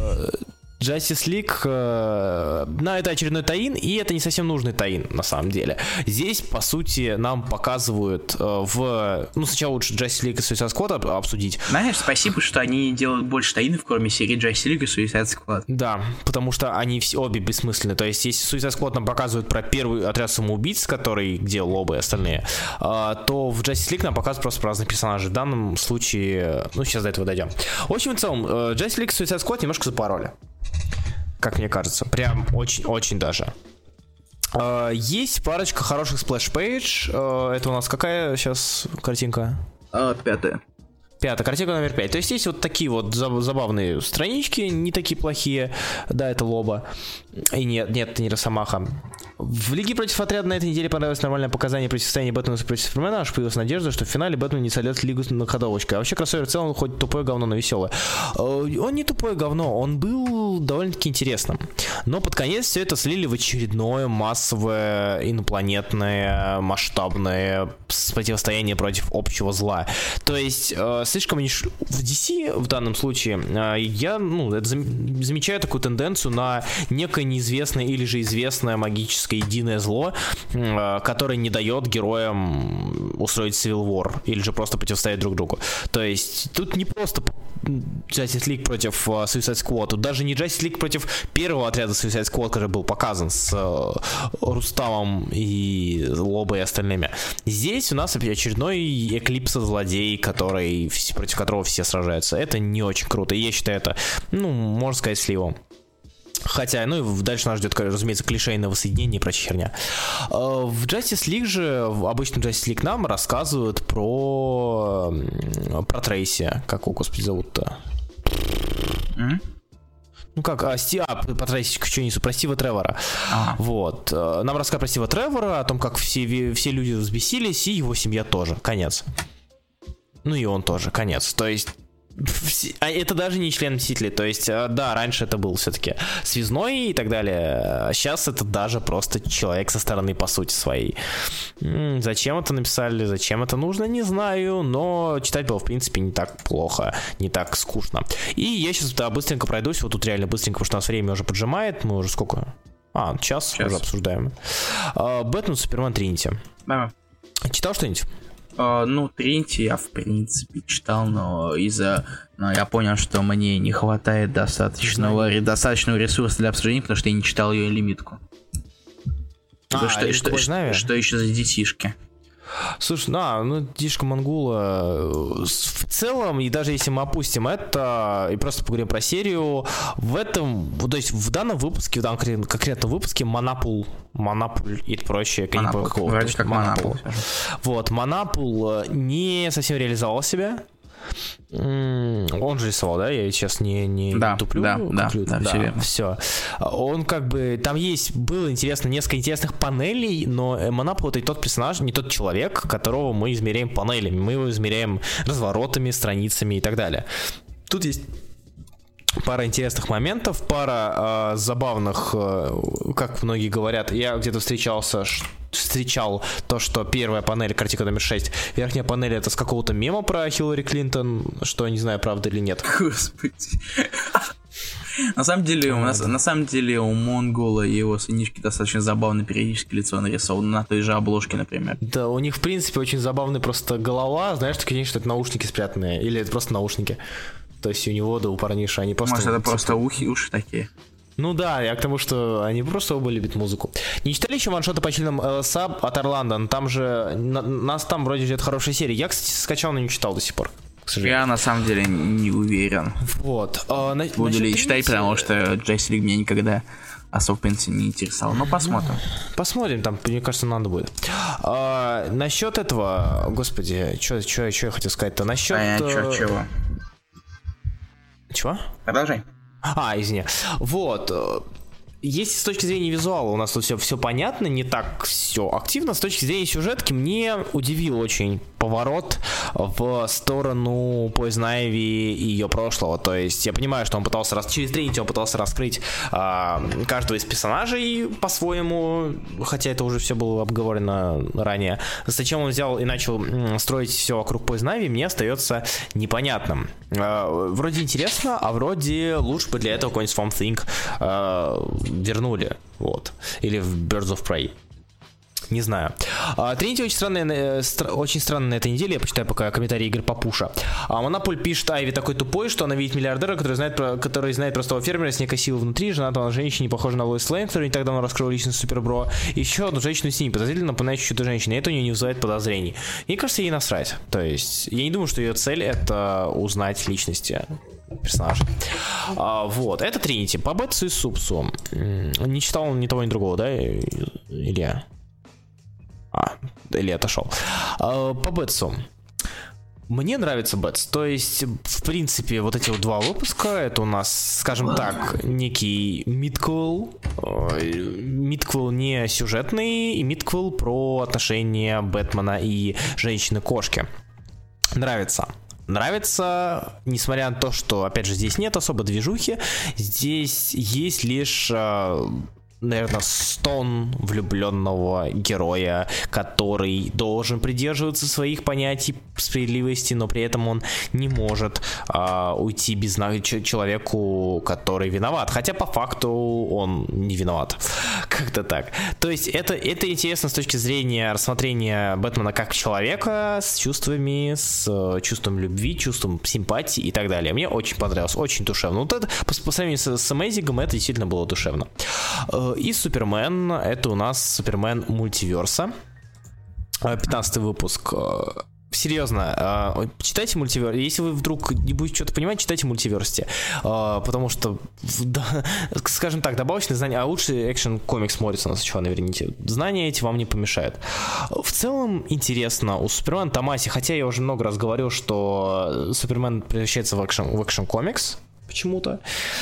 Justice League, э, ну, это очередной таин, и это не совсем нужный таин, на самом деле. Здесь, по сути, нам показывают э, в... Ну, сначала лучше Justice League и Suicide Squad обсудить. Знаешь, спасибо, что они делают больше таинов, кроме серии Justice League и Suicide Squad. Да, потому что они все, обе бессмысленны. То есть, если Suicide Squad нам показывают про первый отряд самоубийц, который, где Лоба и остальные, э, то в Justice League нам показывают просто про разных персонажей. В данном случае... Ну, сейчас до этого дойдем. В общем, в целом, э, Justice League и Suicide Squad немножко запороли. Как мне кажется, прям очень-очень даже. Uh, есть парочка хороших сплэш-пейдж. Uh, это у нас какая сейчас картинка? Uh, пятая. Пятая, картинка номер пять. То есть есть вот такие вот забавные странички, не такие плохие. Да, это Лоба. И нет, нет, это не Росомаха. В Лиге против отряда на этой неделе понравилось нормальное показание противостояния Бэтмена против Супермена, аж появилась надежда, что в финале Бэтмен не сольет Лигу на ходовочкой. А вообще кроссовер в целом хоть тупое говно, но веселое. Он не тупое говно, он был довольно-таки интересным. Но под конец все это слили в очередное массовое, инопланетное, масштабное противостояние против общего зла. То есть слишком они ш... в ди си в данном случае я ну, это зам... замечаю такую тенденцию на некое неизвестное или же известное магическое единое зло, которое не дает героям устроить Civil War или же просто противостоять друг другу. То есть тут не просто Justice League против uh, Suicide Squad, тут даже не Justice League против первого отряда Suicide Squad, который был показан с uh, Рустамом и Лобой и остальными. Здесь у нас очередной эклипс злодей, который, против которого все сражаются. Это не очень круто, и я считаю это, ну, можно сказать, сливом. Хотя, ну и дальше нас ждет, разумеется, клишейное воссоединение и прочая херня. В Justice League же, в обычном Justice League нам рассказывают про про Трейси. Как его, господи, зовут-то? Mm-hmm. Ну как, а, Сти... а по Трейси, что несу, про Стива Тревора. Ah. Вот. Нам рассказывают про Стива Тревора, о том, как все, все люди взбесились, и его семья тоже. Конец. Ну и он тоже. Конец. То есть это даже не член Мстителей, то есть, да, раньше это был все-таки связной и так далее, сейчас это даже просто человек со стороны, по сути, своей. М-м, зачем это написали, зачем это нужно, не знаю, но читать было, в принципе, не так плохо, не так скучно. И я сейчас, да, быстренько пройдусь, вот тут реально быстренько, потому что у нас время уже поджимает, мы уже сколько? А, час, час. Уже обсуждаем. Бэтмен, Супермен, Тринити. Да. Читал что-нибудь? Uh, ну, Тринити я, в принципе, читал, но из-за... Но я понял, что мне не хватает достаточного, достаточного ресурса для обсуждения, потому что я не читал ее лимитку. А, что, что, что, что еще за детишки? Слушай, а, ну, Дишка Мангула в целом, и даже если мы опустим это и просто поговорим про серию, в этом, то есть в данном выпуске, в данном конкретном выпуске Монапул, Монапул и прочее, я не помню какого. Вроде как Монапул. Вот, Монапул не совсем реализовал себя. Он же рисовал, да? Я сейчас не, не да, туплю. Да, да, да, да, все, все. Он как бы... Там есть... Было интересно несколько интересных панелей, но Монапол — это и тот персонаж, не тот человек, которого мы измеряем панелями. Мы его измеряем разворотами, страницами и так далее. Тут есть пара интересных моментов, пара э, забавных, э, как многие говорят. Я где-то встречался... встречал то, что первая панель, картинка номер шесть, верхняя панель — это с какого-то мема про Хиллари Клинтон, что не знаю, правда или нет. Господи. На самом деле, у нас, на самом деле у Монгола и его сынишки достаточно забавно периодически лицо нарисовано на той же обложке, например. Да, у них, в принципе, очень забавная просто голова. Знаешь, ты, конечно, это наушники спрятанные. Или это просто наушники. То есть у него, да, у парниша, они просто... Может, это просто ухи, уши такие? Ну да, я к тому, что они просто оба любят музыку. Не читали еще ваншоты по членам эл эс эй от Орландо? Там же... На, нас там вроде ждет хорошая серия. Я, кстати, скачал, но не читал до сих пор. Я на самом деле не уверен. Вот. А, на, Буду ли читать, потому что Justice League меня никогда особо, в принципе, не интересовал. Ну, посмотрим. Посмотрим, там, мне кажется, надо будет. А, насчет этого... Господи, что я хотел сказать-то? Насчет... А, чё, чего? Чего? Продолжай. А, извини. Вот. Если с точки зрения визуала у нас тут все, все понятно, не так все активно, с точки зрения сюжетки мне удивил очень поворот в сторону Poison Ivy и ее прошлого. То есть я понимаю, что он пытался рас... через Тринити он пытался раскрыть а, каждого из персонажей по-своему, хотя это уже все было обговорено ранее. Зачем он взял и начал м, строить все вокруг Poison Ivy, мне остается непонятным. А, вроде интересно, а вроде лучше бы для этого какой-нибудь Swamp Thing а, вернули, вот. Или в Birds of Prey. Не знаю. Тринити очень странная, очень странная на этой неделе. Я почитаю пока комментарии Игорь Папуша. Монополь пишет: Айви такой тупой, что она видит миллиардера, который знает, про, который знает простого фермера с некой силой внутри, женатого на женщине, похожей на Лоис Лейн, который не так давно раскрыл личность Супербро. Еще одну женщину с ней, подозрительно напоминающую чью-то женщину. И это у нее не вызывает подозрений. Мне кажется, ей насрать. То есть, я не думаю, что ее цель — это узнать личности персонажей. А, вот. Это Тринити. По Бетсу и Супсу. Не читал ни того, ни другого, да, Илья? А, или отошел. А, по Бетсу. Мне нравится Бетс. То есть, в принципе, вот эти вот два выпуска, это у нас, скажем так, некий мидквел. Мидквел не сюжетный, и мидквел про отношения Бэтмена и женщины-кошки. Нравится. Нравится, несмотря на то, что, опять же, здесь нет особо движухи. Здесь есть лишь... наверное, стон влюбленного героя, который должен придерживаться своих понятий справедливости, но при этом он не может а, уйти без человеку, который виноват. Хотя по факту он не виноват. Как-то так. То есть это, это интересно с точки зрения рассмотрения Бэтмена как человека с чувствами, с чувством любви, чувством симпатии и так далее. Мне очень понравилось, очень душевно. Вот это, по, по сравнению с, с Amazing, это действительно было душевно. И Супермен, это у нас Супермен мультиверса, пятнадцатый выпуск. Серьезно, читайте мультиверс. Если вы вдруг не будете что-то понимать, читайте мультиверсити. Потому что, скажем так, добавочные знания, а лучше экшен комикс Моррисона, с чего наверните. Знания эти вам не помешают. В целом интересно. У Супермена Томаси, хотя я уже много раз говорил, что Супермен превращается в экшен, в экшен комикс. Почему-то.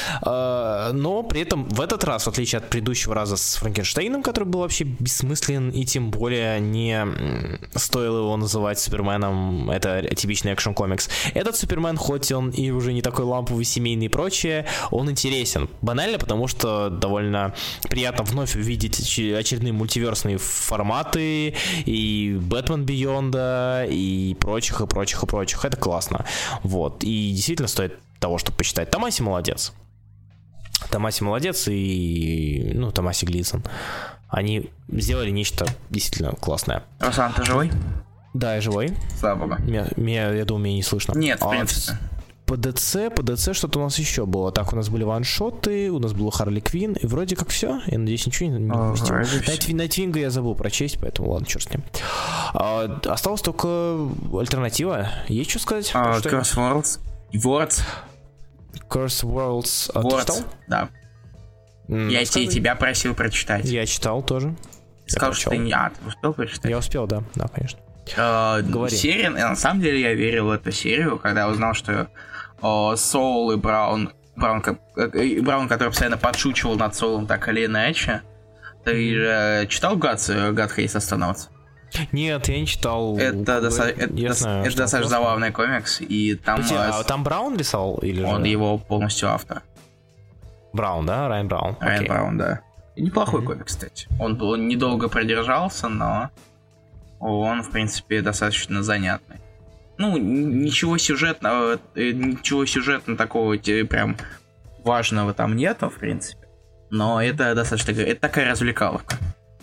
Но при этом в этот раз, в отличие от предыдущего раза с Франкенштейном, который был вообще бессмыслен, и тем более не стоило его называть Суперменом, это типичный экшн-комикс, этот Супермен, хоть он и уже не такой ламповый, семейный и прочее, он интересен. Банально, потому что довольно приятно вновь увидеть очередные мультиверсные форматы, и Бэтмен Бейонда, и прочих, и прочих, и прочих. Это классно. Вот. И действительно стоит того, чтобы почитать. Томаси молодец. Томаси молодец и, ну, Томаси Глисон. Они сделали нечто действительно классное. Руслан, ты живой? Да, я живой. Слава богу. Меня, меня, я думаю, меня не слышно. Нет, в принципе. По ДЦ, по ДЦ что-то у нас еще было. Так, у нас были ваншоты, у нас был Харли Квинн, и вроде как все. Я надеюсь, ничего не, не упустил. Найт, Найтвинга я забыл прочесть, поэтому ладно, черт с ним. А, осталась только альтернатива. Есть что сказать? Uh, Curse Worlds. Words. Curse Worlds. А, Words. ты читал? Да. Mm, я тебе, тебя просил прочитать. Я читал тоже. Сказал, что ты не... А, ты успел прочитать? Я успел, да, да, конечно. Uh, Говори. Серия, на самом деле я верил в эту серию, когда узнал, что uh, Соул и Браун, Браун, uh, Браун, который постоянно подшучивал над Соулом так или иначе. Ты uh, читал Гадс, God Hates Astronauts? Нет, я не читал. Это, доста- это, до- знаю, это достаточно забавный комикс, и там... Подожди, а там Браун рисовал? Или он же... его полностью автор. Браун, да? Райан Браун. Райан okay. Браун, да. И неплохой mm-hmm. комикс, кстати. Он, он недолго продержался, но он, в принципе, достаточно занятный. Ну, ничего сюжетного, ничего сюжетного такого прям важного там нету, в принципе. Но это достаточно... Это такая развлекаловка.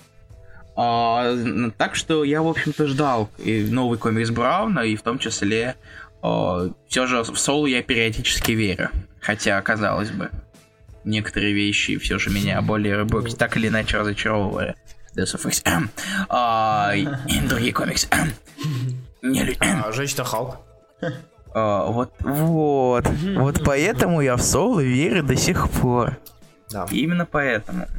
А, так что я, в общем-то, ждал и новый комикс Брауна, и в том числе а, все же в Soul я периодически верю. Хотя, казалось бы, некоторые вещи все же меня более так или иначе разочаровывали. Death of X. а, и другие комиксы. Не люблю. А, Женщина Халк. А, вот, вот. Вот поэтому я в Soul верю до сих пор. Да. Именно поэтому.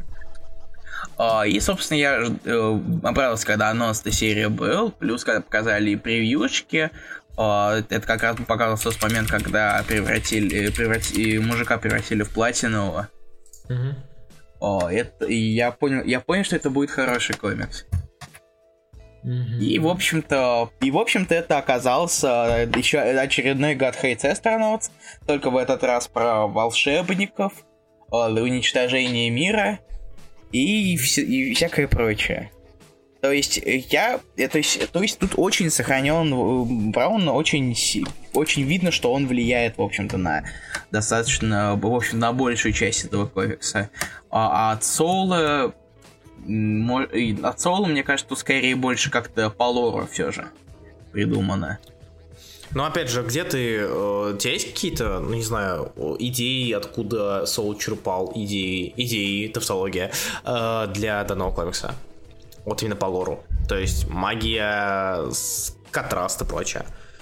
А, и, собственно, я э, обрадовался, когда анонс этой серии был. Плюс, когда показали превьюшки. Uh, это как раз показывался тот момент, когда превратили, превратили мужика превратили в платинового. Uh-huh. uh, это, и я понял, я понял, что это будет хороший комикс. Uh-huh. И в общем-то, и в общем-то это оказался еще очередной God Hates Astronauts, только в этот раз про волшебников, uh, уничтожение мира и, вс- и всякое прочее. То есть я, то есть, то есть тут очень сохранен Браун, очень, очень видно, что он влияет, в общем-то, на достаточно, в общем, на большую часть этого комикса. А от Соула, от Соула, мне кажется, тут скорее больше как-то по лору все же придумано. Ну, опять же, где ты, у тебя есть какие-то, ну, не знаю, идеи, откуда Соул черпал идеи, идеи, тавтология для данного комикса? Вот именно по лору. То есть магия, контраст и прочее.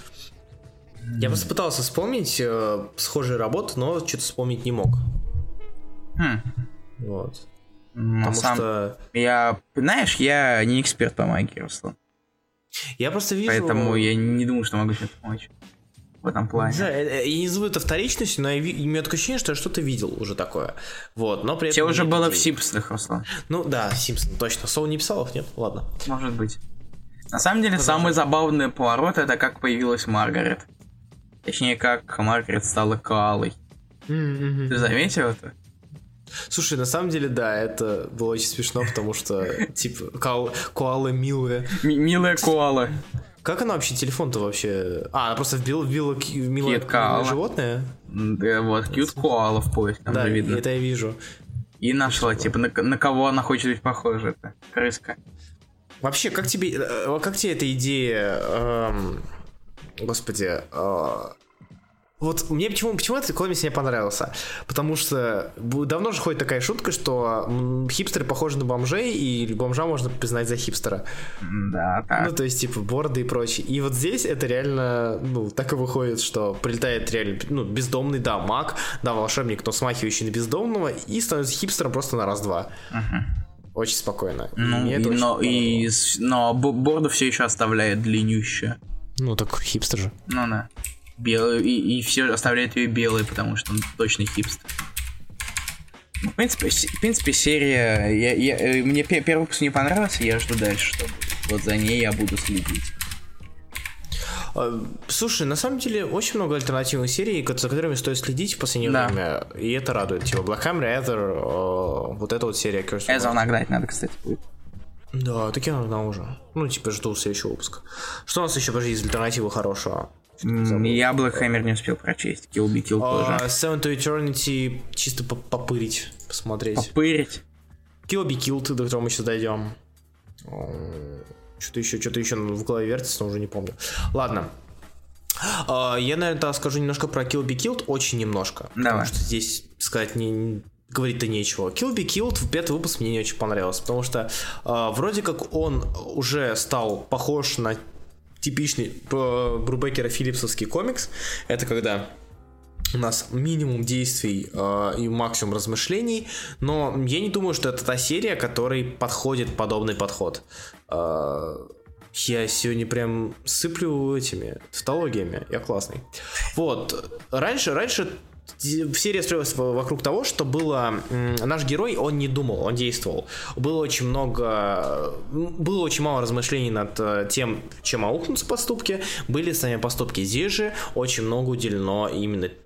Mm. Я просто пытался вспомнить э, схожие работы, но что-то вспомнить не мог. Mm. Вот. Mm, Потому сам... что... Я, знаешь, я не эксперт по магии, Руслан. Я просто вижу... Поэтому я не думаю, что могу тебе помочь в этом плане. Да, я не назову это вторичностью, но я ви... имею такое ощущение, что я что-то видел уже такое. Вот, но при этом... Все уже было в Симпсонах, Руслан. Ну да, Симпсон, точно. Соул не писал их, нет? Ладно. Может быть. На самом деле, Продолжай. Самый забавный поворот — это как появилась Маргарет. Точнее, как Маргарет стала коалой. Mm-hmm. Ты заметил это? Слушай, на самом деле, да, это было очень смешно, потому что, типа, коала милая. Милая коала. Как она вообще, телефон-то вообще... А, она просто вбила, вбила милое животное? Да, вот, cute коала в поиск, там да, же видно. это я вижу. И нашла, типа, на, на кого она хочет быть похожа, это крыска. Вообще, как тебе, как тебе эта идея... Эм, господи... Э, Вот мне почему, почему этот комикс мне понравился? Потому что давно же ходит такая шутка, что хипстеры похожи на бомжей, и бомжа можно признать за хипстера. Да, так. Ну, то есть, типа, бороды и прочее. И вот здесь это реально, ну, так и выходит, что прилетает реально, ну, бездомный, да, маг, да, волшебник, но смахивающий на бездомного, и становится хипстером просто на раз-два. Uh-huh. Очень спокойно. Ну, и, но, и, но бороду все еще оставляет длиннющую. Ну, так хипстер же. Ну, да. Белый, и, и все оставляет ее белой, потому что он точно хипстер. В принципе, в принципе серия... Я, я, мне первый выпуск не понравился, я жду дальше, что будет. Вот за ней я буду следить. Слушай, на самом деле очень много альтернативных серий, за которыми стоит следить в последнее да. время, и это радует. Типа Black Hammer, Ether, вот эта вот серия. Эзер нагнать надо, кстати, будет. Да, таки надо уже. Ну, типа, жду следующего выпуска. Что у нас еще, подожди, из альтернативы хорошего? Я Black Hammer не успел прочесть. Kill Be Kill uh, тоже. Seven to Eternity чисто попырить, посмотреть. Попырить? Kill Be Killed, до которого мы сейчас дойдем. Что-то еще, что-то еще в голове вертится, но уже не помню. Ладно. Uh, я, наверное, скажу немножко про Kill Be Killed, очень немножко. Давай. Потому что здесь сказать не... говорить-то нечего. Kill Be Killed в пятый выпуск мне не очень понравился, потому что uh, вроде как он уже стал похож на типичный Брубекера Филлипсовский комикс. Это когда у нас минимум действий э, и максимум размышлений, но я не думаю, что это та серия, которой подходит подобный подход. Э, я сегодня прям сыплю этими тавтологиями, я классный. Вот, раньше, раньше серия строилась вокруг того, что было... Наш герой, он не думал, он действовал. Было очень много... Было очень мало размышлений над тем, чем аукнутся поступки. Были сами поступки. Здесь же очень много уделено именно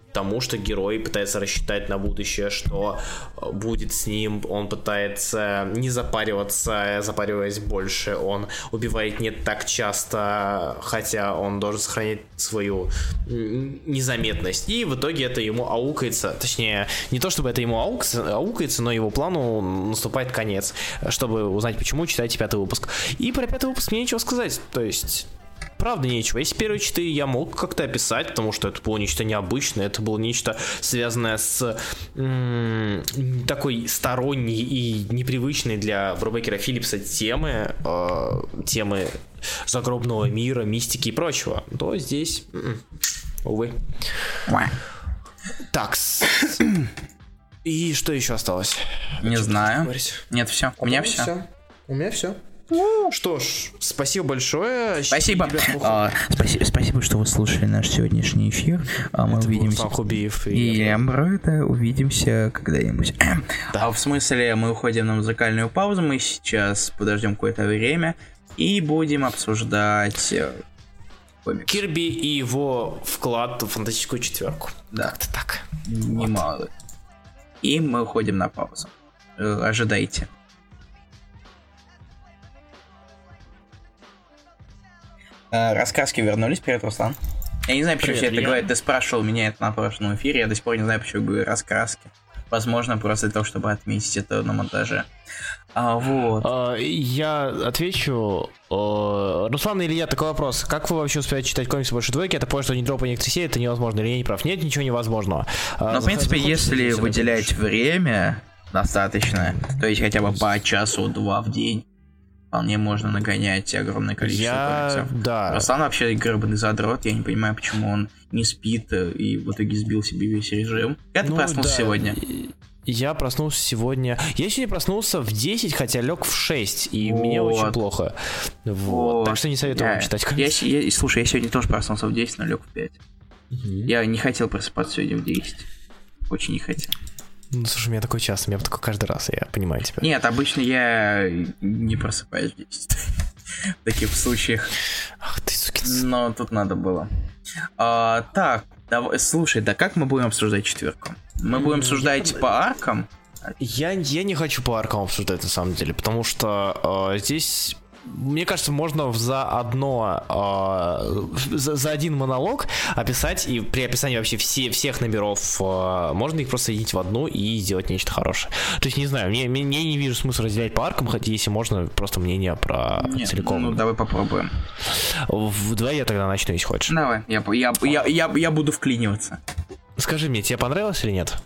тому, что герой пытается рассчитать на будущее, что будет с ним, он пытается не запариваться, запариваясь больше, он убивает не так часто, хотя он должен сохранять свою незаметность, и в итоге это ему аукается, точнее, не то чтобы это ему аукается, аукается, но его плану наступает конец. Чтобы узнать почему, читайте пятый выпуск. И про пятый выпуск мне нечего сказать, то есть... Правда нечего. Если первые четыре я мог как-то описать, потому что это было нечто необычное, это было нечто связанное с м- такой сторонней и непривычной для Брубекера Филлипса темы, э, темы загробного мира, мистики и прочего, то здесь, м-м, увы. Так. И что еще осталось? Не знаю. Нет, все. У меня все. У меня все. Что ж, спасибо большое. Спасибо. А, спасибо, спасибо, что вы слушали наш сегодняшний эфир. А мы это увидимся. Хубиев и, и Эмбройда увидимся когда-нибудь. Да. А в смысле, мы уходим на музыкальную паузу. Мы сейчас подождем какое-то время и будем обсуждать комикс. Кирби и его вклад в фантастическую четверку. Да. Как-то так. Немало. Вот. И мы уходим на паузу. Ожидайте. Рассказки вернулись. Привет, Руслан. Я не знаю, почему все это говорит. Ты спрашивал меня это на прошлом эфире. Я до сих пор не знаю, почему я говорю раскраски. Возможно, просто для того, чтобы отметить это на монтаже. А, вот. А, я отвечу. А, Руслан или я, такой вопрос. Как вы вообще успеваете читать комиксы больше двойки? Это понял, что не дропа некоторых серий, это невозможно. Или я не прав? Нет, ничего невозможного. Но, в принципе, если выделять время достаточно, то есть хотя бы по часу-два в день, вполне можно нагонять огромное количество я... комиксов. Да. Руслан вообще гребаный задрот. Я не понимаю, почему он не спит и в итоге сбил себе весь режим. Я ну, проснулся да. сегодня. Я проснулся сегодня... Я сегодня проснулся в десять, хотя лег в шесть, и вот. Мне очень плохо. Вот. Вот. Так что не советую я... вам читать комиксы. Я, я, слушай, я сегодня тоже проснулся в десять, но лег в пять. Угу. Я не хотел просыпаться сегодня в десять. Очень не хотел. Ну, слушай, у меня такой час, у меня такой каждый раз, я понимаю тебя. Нет, обычно я не просыпаюсь в десять. В таких случаях. Ах ты, сукин. Но тут надо было. А, так, давай, слушай, да как мы будем обсуждать четверку? Мы будем обсуждать по аркам? Я, я не хочу по аркам обсуждать, на самом деле, потому что э, здесь... Мне кажется, можно за одно, э, за, за один монолог описать, и при описании вообще все, всех номеров э, можно их просто соединить в одну и сделать нечто хорошее. То есть, не знаю, мне, мне не вижу смысла разделять по аркам, хотя если можно, просто мнение про Нет, целиком. Ну, давай попробуем. В, давай я тогда начну, если хочешь. Давай, я, я, я, я, я буду вклиниваться. Скажи мне, тебе понравилось или нет?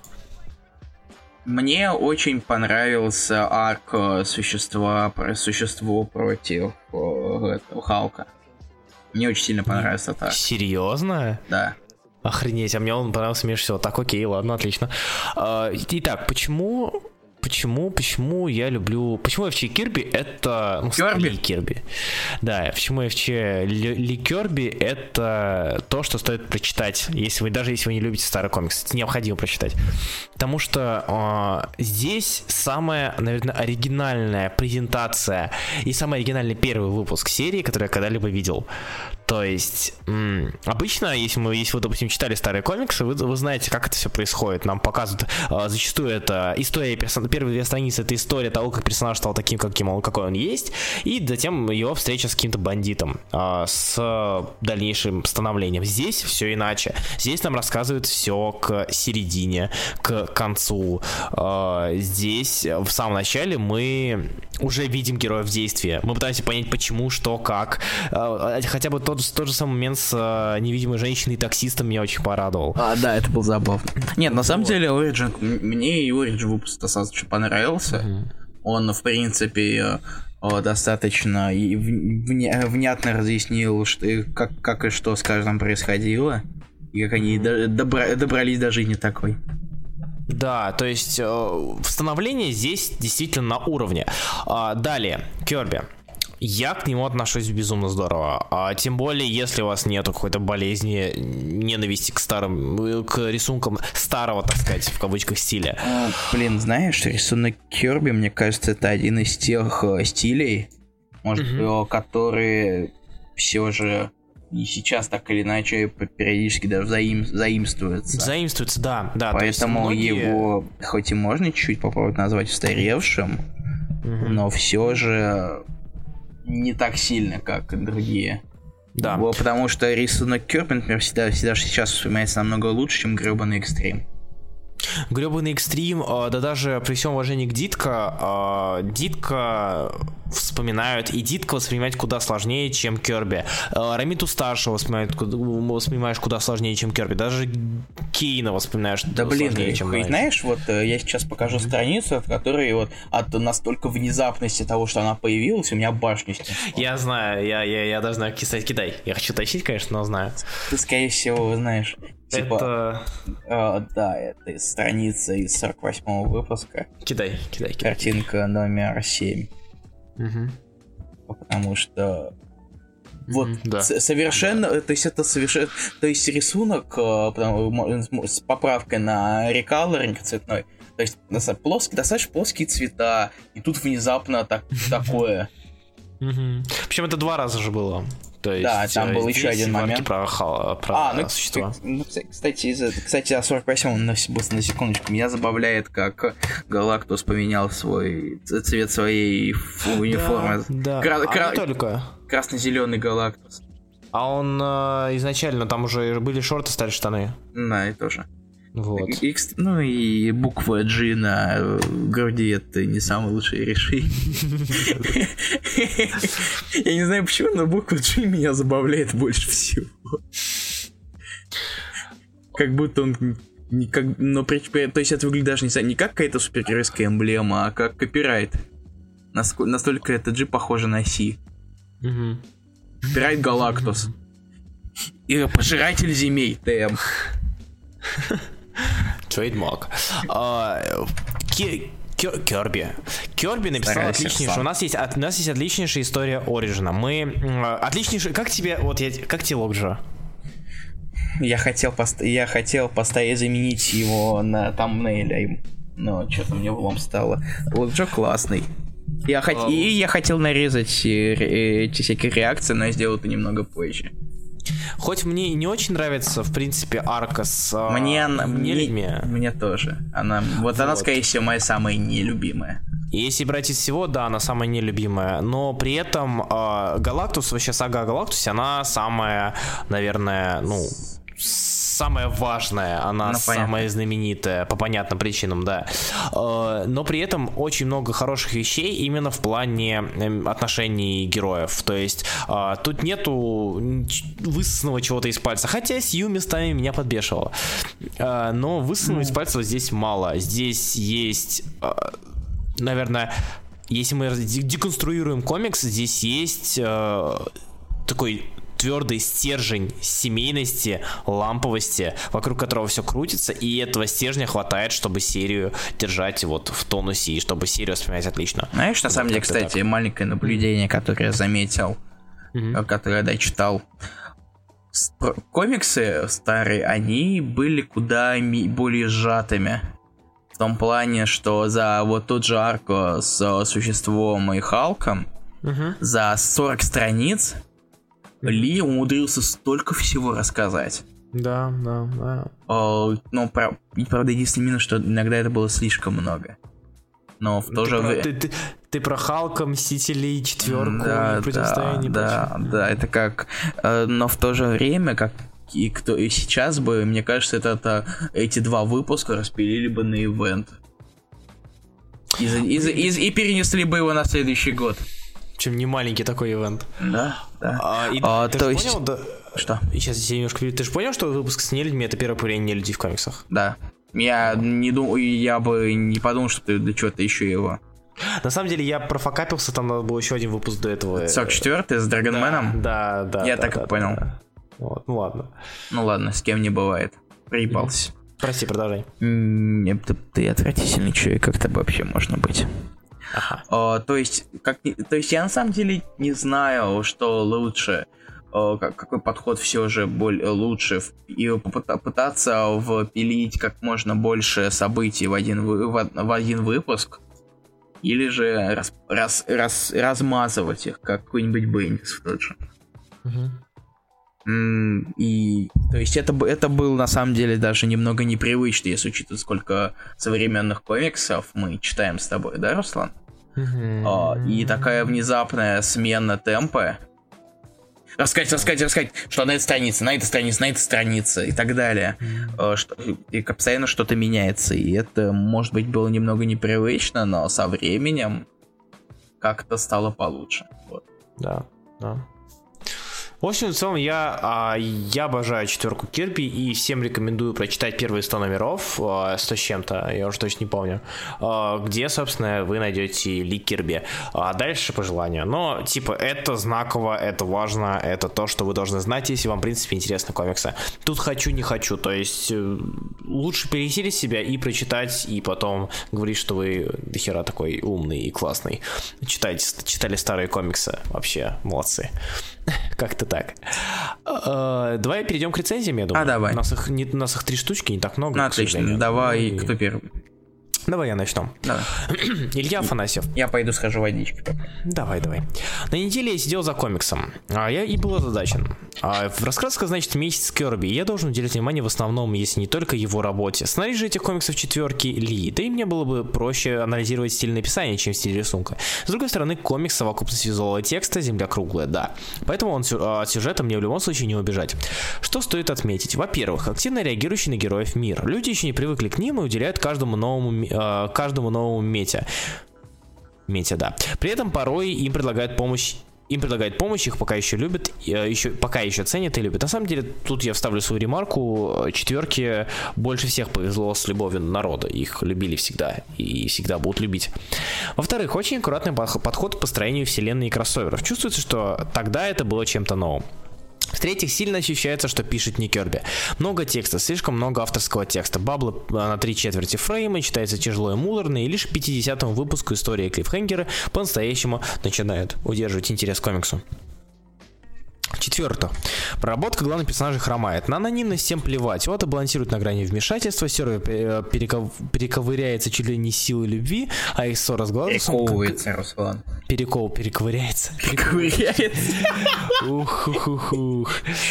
Мне очень понравился арк существа, существо против этого, Халка. Мне очень сильно понравился этот арк. Серьезно? Да. Охренеть, а мне он понравился меньше всего. Так, окей, ладно, отлично. Итак, почему... Почему, почему я люблю... Почему эф джей Кирби это... Ну, Кирби? Кирби. Да, почему эф джей Ли Кирби это то, что стоит прочитать, если вы, даже если вы не любите старый комикс. Это необходимо прочитать. Потому что э, здесь самая, наверное, оригинальная презентация и самый оригинальный первый выпуск серии, который я когда-либо видел. То есть, м- обычно, если, мы, если вы, допустим, читали старые комиксы, вы, вы знаете, как это все происходит. Нам показывают, э, зачастую это история персонажа. Первые две страницы — это история того, как персонаж стал таким, каким он, какой он есть, и затем его встреча с каким-то бандитом, э, с дальнейшим становлением. Здесь все иначе. Здесь нам рассказывают все к середине, к концу. Э, здесь в самом начале мы уже видим героя в действии. Мы пытаемся понять, почему, что, как. Э, хотя бы тот, тот же самый момент с э, невидимой женщиной и таксистом меня очень порадовал. А, да, это был забавно. Нет, на самом деле, Origin, мне и Origin выпуск достаточно понравился. Mm-hmm. Он, в принципе, достаточно вня- внятно разъяснил, что, как, как и что с каждым происходило, и как они добра- добрались до жизни такой. Да, то есть э, становление здесь действительно на уровне. А, далее, Кирби. Я к нему отношусь безумно здорово. А тем более, если у вас нету какой-то болезни, ненависти к старым, к рисункам старого, так сказать, в кавычках, стиля. А, блин, знаешь, рисунок Кирби, мне кажется, это один из тех стилей, может, mm-hmm. которые все же и сейчас так или иначе периодически даже заим, заимствуется. Заимствуется, да. да Поэтому многие... его, хоть и можно чуть-чуть попробовать назвать устаревшим, угу. но все же не так сильно, как другие. Да. Потому что рисунок Кёрби, например, всегда, всегда сейчас воспринимается намного лучше, чем гребаный экстрим. Гребаный экстрим, да даже при всем уважении к Дитко, Дитко вспоминают, и Дитко воспринимать куда сложнее, чем Кёрби. Рамиту старшего воспринимают, воспринимаешь куда сложнее, чем Кёрби. Даже Кейна воспринимаешь да сложнее, блин, чем Кейна. Знаешь, вот я сейчас покажу mm-hmm. страницу, от которой вот от настолько внезапности того, что она появилась, у меня башня снесла. Я знаю, я, я, я даже знаю, кстати, кидай. Я хочу тащить, конечно, но знаю. Ты, скорее всего, знаешь. Типа, это... Э, да, это страница из сорок восьмого выпуска. Кидай, кидай, кидай. Картинка номер семь. Угу. Потому что вот mm-hmm, да. совершенно, то есть это совершенно, то есть рисунок с поправкой на рекалоринг цветной, то есть плоские, достаточно плоские цвета, и тут внезапно так, такое. Причем это два раза же было. То есть, да, там был еще один момент про, про а, ну, существа. Ну, кстати, из, кстати, о сорок восьмом на, на секундочку. Меня забавляет, как Галактус поменял свой цвет своей униформы. Да, Кра- да. кра- а не только. Красно-зеленый Галактус. А он э, изначально, там уже были шорты, стали штаны. Да, и тоже. Вот. И, и, ну и буква G на груди — это не самое лучшее решение. Я не знаю почему, но буква G меня забавляет больше всего. Как будто он не как, но то есть это выглядит даже не, не как какая-то супергеройская эмблема, а как копирайт. Настолько это G похоже на C. Копирайт Галактус. И пожиратель земей ТМ. Трейдмарк. Кёрби. Кёрби написал отличнейшую. У нас есть у нас есть отличнейшая история Ориджина. Мы отличнейшая. Как тебе вот я как тебе Локджо? Я хотел пост... я хотел поставить заменить его на тамбнейле, но что-то мне влом стало. Локджо классный. Я хот... oh. И я хотел нарезать эти всякие реакции, но я сделал это немного позже. Хоть мне и не очень нравится, в принципе, арка с мне она, нелюдьми. Мне, мне тоже. Она, вот, вот она, скорее всего, моя самая нелюбимая. Если брать из всего, да, она самая нелюбимая. Но при этом э, Галактус, вообще сага о Галактусе, она самая, наверное, ну... самая важная, она ну, самая понятно. знаменитая, по понятным причинам, да. Но при этом очень много хороших вещей именно в плане отношений героев. То есть тут нету высосанного чего-то из пальца. Хотя Сью местами меня подбешивало. Но высосанного из пальца здесь мало. Здесь есть, наверное, если мы деконструируем комикс, здесь есть такой твердый стержень семейности, ламповости, вокруг которого все крутится, и этого стержня хватает, чтобы серию держать вот в тонусе, и чтобы серию воспринимать отлично. Знаешь, на вот самом деле, кстати, так. маленькое наблюдение, которое я заметил, mm-hmm. которое я дочитал. Комиксы старые, они были куда более сжатыми. В том плане, что за вот тот же арку с Существом и Халком, mm-hmm. за сорок страниц Ли умудрился столько всего рассказать. Да, да, да. О, но, правда, единственный минус, что иногда это было слишком много. Но в то же время... Ты, ты, ты про Халка, Мстителей, четверку, да, противостояние. Да, да, да, это как... Но в то же время, как и кто и сейчас бы, мне кажется, это, это эти два выпуска распилили бы на ивент. И, и, и, и перенесли бы его на следующий год. Чем не маленький такой ивент. Да, да. А, и, а, ты то же есть... понял, да... Что? Сейчас я немножко... Ты же понял, что выпуск с нелюдьми — это первое появление нелюдей в комиксах? Да. Я не думаю, я бы не подумал, что ты для чего-то еще его. На самом деле я профокапился, там надо было еще один выпуск до этого. сорок четвёртый с Драгонменом? Да, да, да. Я да, так да, и понял. Да. Вот, ну ладно. Ну ладно, с кем не бывает. Проебался. Mm-hmm. Прости, продолжай. Нет, ты, ты отвратительный человек, как-то вообще можно быть. Ага. О, то есть, как, то есть я на самом деле не знаю, что лучше, о, как, какой подход все же более лучше, и попытаться впилить как можно больше событий в один, в, в один выпуск, или же раз, раз, раз, размазывать их, как какой-нибудь Бендис в тот же. Угу. И, то есть это, это было на самом деле даже немного непривычно, если учитывать, сколько современных комиксов мы читаем с тобой, да, Руслан? Mm-hmm. И такая внезапная смена темпа. Рассказать, рассказать, рассказать, что на этой странице, на этой странице, на этой странице и так далее. Mm-hmm. Что, и постоянно что-то меняется. И это, может быть, было немного непривычно, но со временем как-то стало получше. Вот. Да, да. В общем, в целом, я, а, я обожаю четверку Кирби и всем рекомендую прочитать первые сто номеров, а, сто с чем-то, я уже точно не помню, а, где, собственно, вы найдете Ли Кирби. А дальше по желанию. Но, типа, это знаково, это важно, это то, что вы должны знать, если вам, в принципе, интересны комиксы. Тут хочу, не хочу, то есть лучше пересилить себя и прочитать, и потом говорить, что вы дохера такой умный и классный. Читайте, читали старые комиксы, вообще молодцы. Как-то так. Uh, давай перейдем к рецензиям, я думаю. А, давай. У нас их, не, у нас их три штучки, не так много. Ну, отлично, давай, и... кто первый? Давай я начну. Давай. Илья Афанасьев. Я пойду схожу водички. Давай, давай. На неделе я сидел за комиксом, а я и был озадачен. А в раскрасках, значит, месяц Кирби, и я должен уделять внимание в основном, если не только его работе. Сценарий же этих комиксов четверки Ли, да и мне было бы проще анализировать стиль написания, чем стиль рисунка. С другой стороны, комикс — совокупность визуального текста, земля круглая, да. Поэтому он от сюжета мне в любом случае не убежать. Что стоит отметить? Во-первых, активно реагирующий на героев мир. Люди еще не привыкли к ним и уделяют каждому новому каждому новому мете. Мете, да. При этом порой им предлагают помощь. Им предлагают помощь, их пока еще любят, еще, пока еще ценят и любят. На самом деле, тут я вставлю свою ремарку. Четверки больше всех повезло с любовью народа. Их любили всегда и всегда будут любить. Во-вторых, очень аккуратный подход к построению вселенной и кроссоверов. Чувствуется, что тогда это было чем-то новым. В-третьих, сильно ощущается, что пишет не Кирби. Много текста, слишком много авторского текста. Баблы на три четверти фрейма, читается тяжело и муторно, и лишь к пятидесятому выпуску истории клиффхенгера по-настоящему начинает удерживать интерес к комиксу. Четвертое. Проработка главных персонажей хромает. На анонимность всем плевать. Вот и балансирует на грани вмешательства. Сервер переков... перековыряется чуть ли не силой любви, а их ссора с Гладусом... Перековывается, как... Руслан. Переков... Перековыряется. Перековыряется. Ух-ух-ух-ух.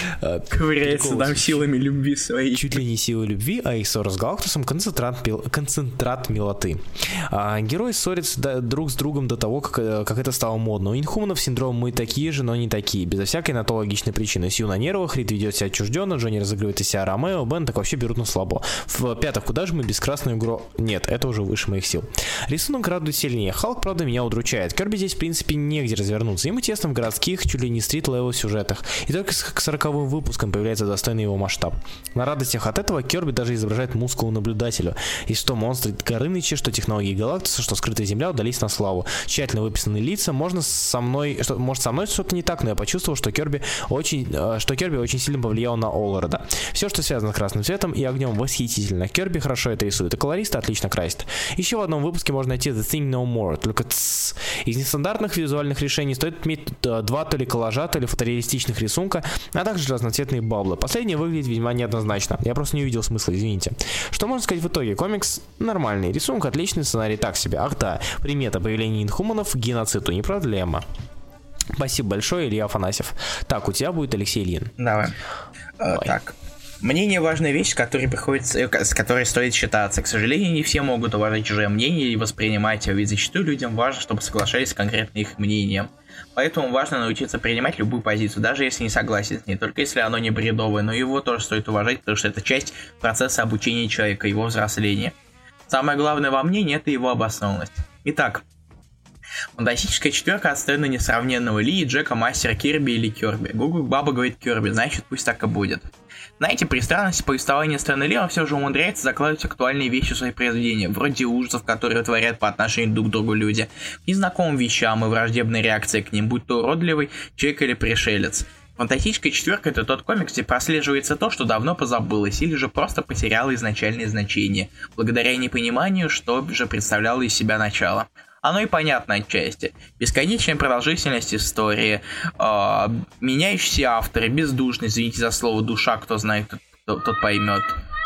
Ковыряется там силами любви своей. Чуть ли не силой любви, а их ссора с Галактусом концентрат, пил... концентрат милоты. А, герои ссорятся до... друг с другом до того, как, как это стало модно. У инхуманов синдром «мы такие же, но не такие». Безо всякой на то логичной причины. Сью на нервах, Рид ведет себя отчужденно, Джонни разыгрывает из себя Ромео, Бен так вообще берут на слабо. В-пятых, куда же мы без красную игру? Нет, это уже выше моих сил. Рисунок радует сильнее. Халк, правда, меня удручает. Кирби здесь, в принципе, негде развернуться. Ему тесно в городских, чуть ли не стрит-левел сюжетах. И только к сороковым выпускам появляется достойный его масштаб. На радостях от этого Кирби даже изображает мускулу наблюдателю. И что монстры Горыныча, что технологии Галактуса, что скрытая земля удались на славу. Тщательно выписанные лица. Можно со мной, что, может, со мной что-то не так, но я почувствовал, что Кирби очень, что Кирби очень сильно повлиял на Олларда. Все, что связано с красным цветом и огнем, восхитительно. Кирби хорошо это рисует, и колорист отлично красит. Еще в одном выпуске можно найти The Thing No More, только тссс. Из нестандартных визуальных решений стоит иметь два то ли коллажа, то ли фотореалистичных рисунка, а также разноцветные баблы. Последнее выглядит весьма неоднозначно. Я просто не увидел смысла, извините. Что можно сказать в итоге? Комикс нормальный, рисунок отличный, сценарий так себе. Ах да, примета появления инхуманов, геноциду, не проблема. Спасибо большое, Илья Афанасьев. Так, у тебя будет Алексей Ильин. Давай. Давай. Uh, так. Мнение — важная вещь, с которой, приходится, с которой стоит считаться. К сожалению, не все могут уважать чужое мнение и воспринимать его, ведь зачастую людям важно, чтобы соглашались с конкретно их мнением. Поэтому важно научиться принимать любую позицию, даже если не согласен с ней, только если оно не бредовое, но его тоже стоит уважать, потому что это часть процесса обучения человека, его взросления. Самое главное во мнении — это его обоснованность. Итак, фантастическая четверка от Стэна несравненного Ли и Джека Мастера Кирби или Кирби. Гугл Баба говорит Кирби, значит пусть так и будет. Знаете, при странности повествования Стэна Ли он все же умудряется закладывать актуальные вещи в свои произведения, вроде ужасов, которые творят по отношению друг к другу люди, к незнакомым вещам и враждебной реакции к ним, будь то уродливый человек или пришелец. Фантастическая четверка — это тот комикс, где прослеживается то, что давно позабылось, или же просто потеряло изначальное значение, благодаря непониманию, что же представляло из себя начало. Оно и понятно отчасти. Бесконечная продолжительность истории, э, меняющиеся авторы, бездушность, извините за слово, душа, кто знает, тот, тот поймет.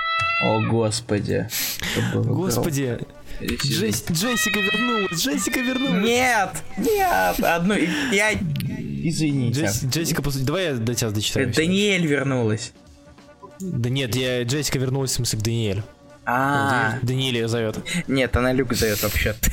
О, господи. Господи. Джесс, Джессика вернулась, Джессика вернулась. Нет, нет, одну, я, Извините. Джесс, Джессика, по сути, давай я до тебя дочитаю. Даниэль вернулась. Да нет, я Джессика вернулась, в смысле, к Даниэлю. А, Даниэль ее зовет. нет, она Люк зовет вообще-то.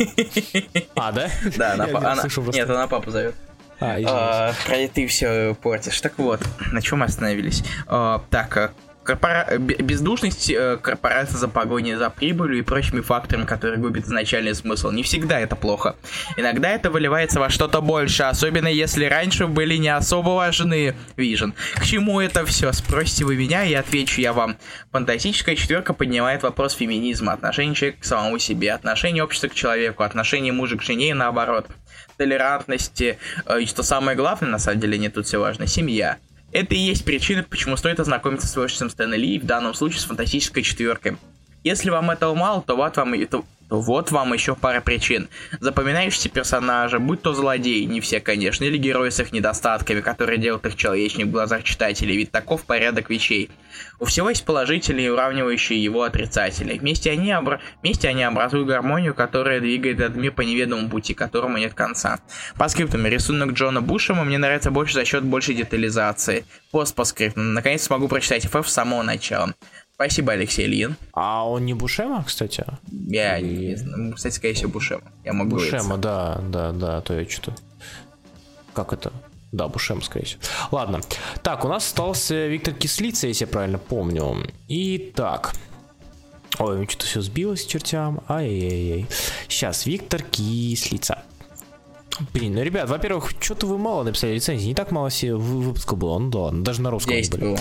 А, да? Да, она, она, нет, она папу зовет. А, а, ты все портишь. Так вот, на чем мы остановились? А, так, корпора... бездушность корпорации за погоней за прибылью и прочими факторами, которые губят изначальный смысл. Не всегда это плохо. Иногда это выливается во что-то больше, особенно если раньше были не особо важны. Вижен. К чему это все? Спросите вы меня, и отвечу я вам. Фантастическая четверка поднимает вопрос феминизма, отношения человека к самому себе, отношения общества к человеку, отношения мужа к жене и наоборот. Толерантности, и что самое главное, на самом деле, не тут все важно, семья. Это и есть причина, почему стоит ознакомиться с творчеством Стэна Ли, в данном случае с фантастической четверкой. Если вам этого мало, то вот вам, то, то вот вам еще пара причин. Запоминающиеся персонажи, будь то злодеи, не все, конечно, или герои с их недостатками, которые делают их человечнее в глазах читателей, ведь таков порядок вещей. У всего есть положительные и уравнивающие его отрицатели. Вместе они, обра... Вместе они образуют гармонию, которая двигает этот мир по неведомому пути, которому нет конца. По скриптам, рисунок Джона Бушема мне нравится больше за счет большей детализации. Пост по скриптам. Наконец смогу прочитать эф эф с самого начала. Спасибо, Алексей Ильин. А он не Бушема, кстати? Я и... не знаю. Кстати, скорее всего, Бушема. Я могу Бушема, да, да, да, то я что-то... Как это? Да, Бушем, скорее всего. Ладно. Так, у нас остался Виктор Кислица, если я правильно помню. Итак. Ой, что-то все сбилось к чертям. Ай-яй-яй. Сейчас, Виктор Кислица. Блин, ну, ребят, во-первых, что-то вы мало написали рецензии. Не так мало себе выпусков было. Ну да ладно, даже на русском не было.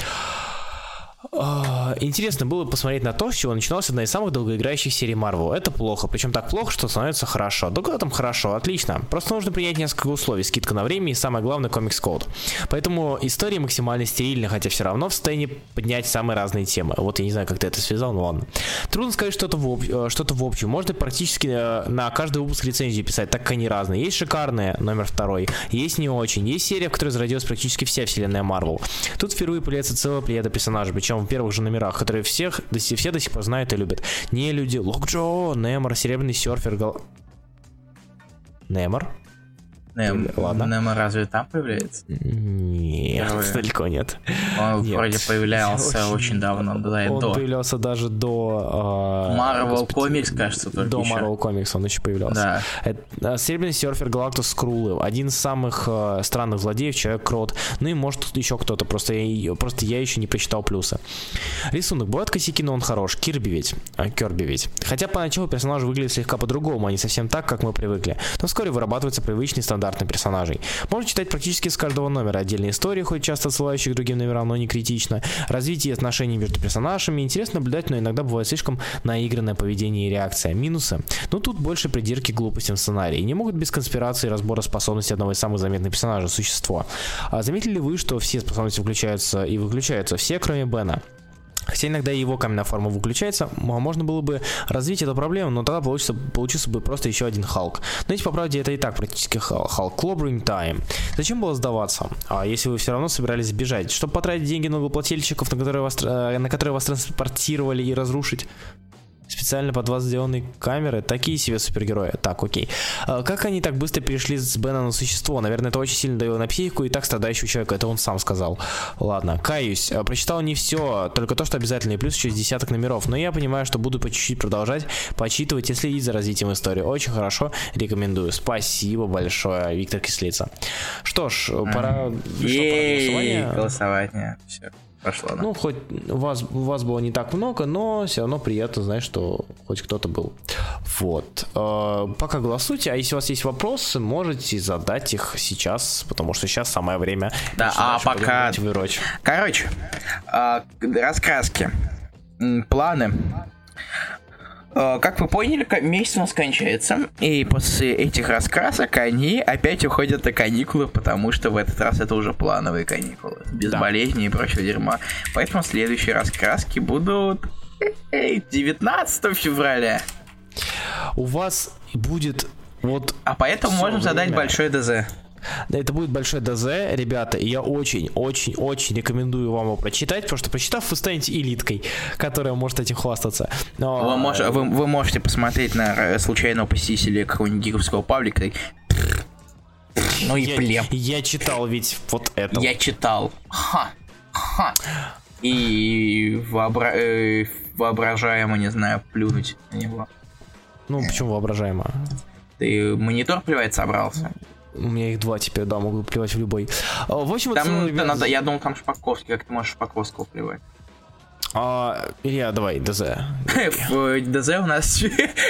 Интересно было посмотреть на то, с чего начиналась одна из самых долгоиграющих серий Marvel. Это плохо, причем так плохо, что становится хорошо. Да куда там хорошо, отлично. Просто нужно принять несколько условий. Скидка на время и самое главное комикс-код. Поэтому история максимально стерильна, хотя все равно в состоянии поднять самые разные темы. Вот я не знаю, как ты это связал, но ладно. Трудно сказать что-то в, об... что-то в общем. Можно практически на каждый выпуск рецензии писать, так как они разные. Есть шикарные, номер второй. Есть не очень. Есть серия, в которой зародилась практически вся вселенная Marvel. Тут впервые появляется целая плеяда персонажей, причем в первых же номерах, которые всех, все до сих пор знают и любят. Не люди, Локджо, Немор, Серебряный серфер, Гал... Немор? Нем, Ладно. Немо разве там появляется? Нет, Первый. далеко нет. Он нет. вроде появлялся очень, очень давно, да, и он до. Он появлялся даже до... Э, Marvel Comics, кажется, только До еще. Marvel Comics он еще появлялся. Да. Это, Серебряный серфер Галактус Скрулы. Один из самых э, странных злодеев, Человек-крот. Ну и может тут еще кто-то, просто я, просто я еще не прочитал плюсы. Рисунок. Бывают косяки, но он хорош. Кирби ведь. А, Кирби ведь. Хотя поначалу персонажи выглядят слегка по-другому, а не совсем так, как мы привыкли. Но вскоре вырабатывается привычный стандарт персонажей. Можно читать практически с каждого номера отдельные истории, хоть часто отсылающие к другим номерам, но не критично. Развитие отношений между персонажами интересно наблюдать, но иногда бывает слишком наигранное поведение и реакция. Минусы. Ну тут больше придирки к глупостям в сценарии. Не могут без конспирации и разбора способностей одного из самых заметных персонажей, существо. А заметили ли вы, что все способности включаются и выключаются? Все, кроме Бена. Хотя иногда его каменная форма выключается, можно было бы развить эту проблему, но тогда получится, получился бы просто еще один Халк. Но ведь по правде это и так практически Халк. Clobbering Time. Зачем было сдаваться? А если вы все равно собирались сбежать? Чтобы потратить деньги налогоплательщиков, на которые вас, на которые вас транспортировали и разрушить? Специально под вас сделанные камеры, такие себе супергерои. Так, окей. А как они так быстро перешли с Бена на существо? Наверное, это очень сильно давило на психику и так страдающего человека. Это он сам сказал. Ладно, каюсь. Прочитал не все, только то, что обязательно, и плюс еще десяток номеров. Но я понимаю, что буду по чуть-чуть продолжать почитывать и следить за развитием истории. Очень хорошо, рекомендую. Спасибо большое, Виктор Кислица. Что ж, пора... Ей, голосование. Все. Пошло, да? Ну, хоть вас, вас было не так много, но все равно приятно знать, что хоть кто-то был. Вот. Э, пока голосуйте, а если у вас есть вопросы, можете задать их сейчас, потому что сейчас самое время. Да, а пока... Короче, э, раскраски, планы. Как вы поняли, месяц у нас кончается, и после этих раскрасок они опять уходят на каникулы, потому что в этот раз это уже плановые каникулы, без да. болезней и прочего дерьма. Поэтому следующие раскраски будут девятнадцатого февраля. У вас будет вот... А поэтому можем время. задать большой ДЗ. Да, это будет большой ДЗ, ребята, и я очень-очень-очень рекомендую вам его прочитать, потому что, прочитав, вы станете элиткой, которая может этим хвастаться. Но... Вы, мож, вы, вы можете посмотреть на случайного посетителя какого-нибудь гиковского паблика и... Ну и я, плеб. Я читал ведь вот это. Я читал. Ха. Ха. И вообра... э, воображаемо, не знаю, плюнуть на него. Ну, почему воображаемо? Ты монитор плевать собрался? У меня их два теперь, да, могу плевать в любой. В общем, там, целом, ребят... надо, я думал, там Шпаковский, как ты можешь Шпаковского плевать? А, Илья, давай, ДЗ. В ДЗ у нас...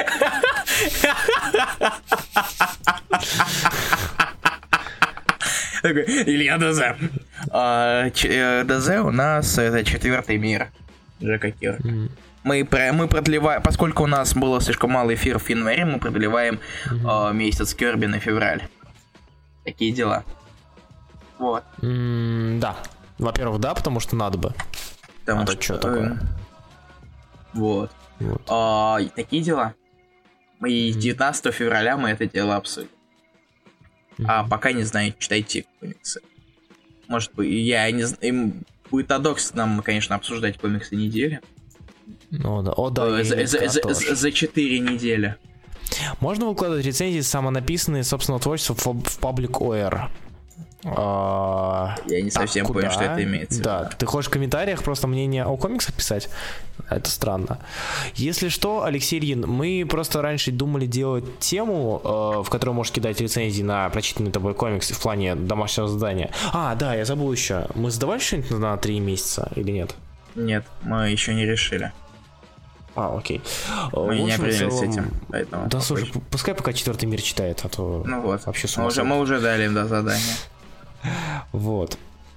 Илья ДЗ. ДЗ у нас это четвертый мир. Джека Кирка. Мы, мы продлеваем, поскольку у нас было слишком мало эфиров в январе, мы продлеваем mm-hmm. э, месяц Кирби на февраль. Такие дела. Вот. Mm, да. Во-первых, да, потому что надо бы. Потому а что что такое? Э, вот. вот. А, такие дела. Мы mm-hmm. девятнадцатого февраля мы это дело обсудим. Mm-hmm. А пока не знаю, читайте комиксы. Может быть, я не знаю. Будет адокс нам, конечно, обсуждать комиксы недели. О, да, о, да, за, за, за, за четыре недели. Можно выкладывать рецензии самонаписанные собственного творчества в, в Public о эр. А, Я не совсем так, понял, что это имеется. Да, ты хочешь в комментариях просто мнение о комиксах писать? Это странно. Если что, Алексей Ильин, мы просто раньше думали делать тему, э, в которой можешь кидать рецензии на прочитанный тобой комикс в плане домашнего задания. А, да, я забыл еще. Мы сдавали что-нибудь на три месяца или нет? Нет, мы еще не решили. А, окей. Мы общем, не определились целом... с этим, поэтому... Да, слушай, пускай пока четвертый мир читает, а то ну вот. вообще с мы ума уже, мы уже дали им до задания. Вот.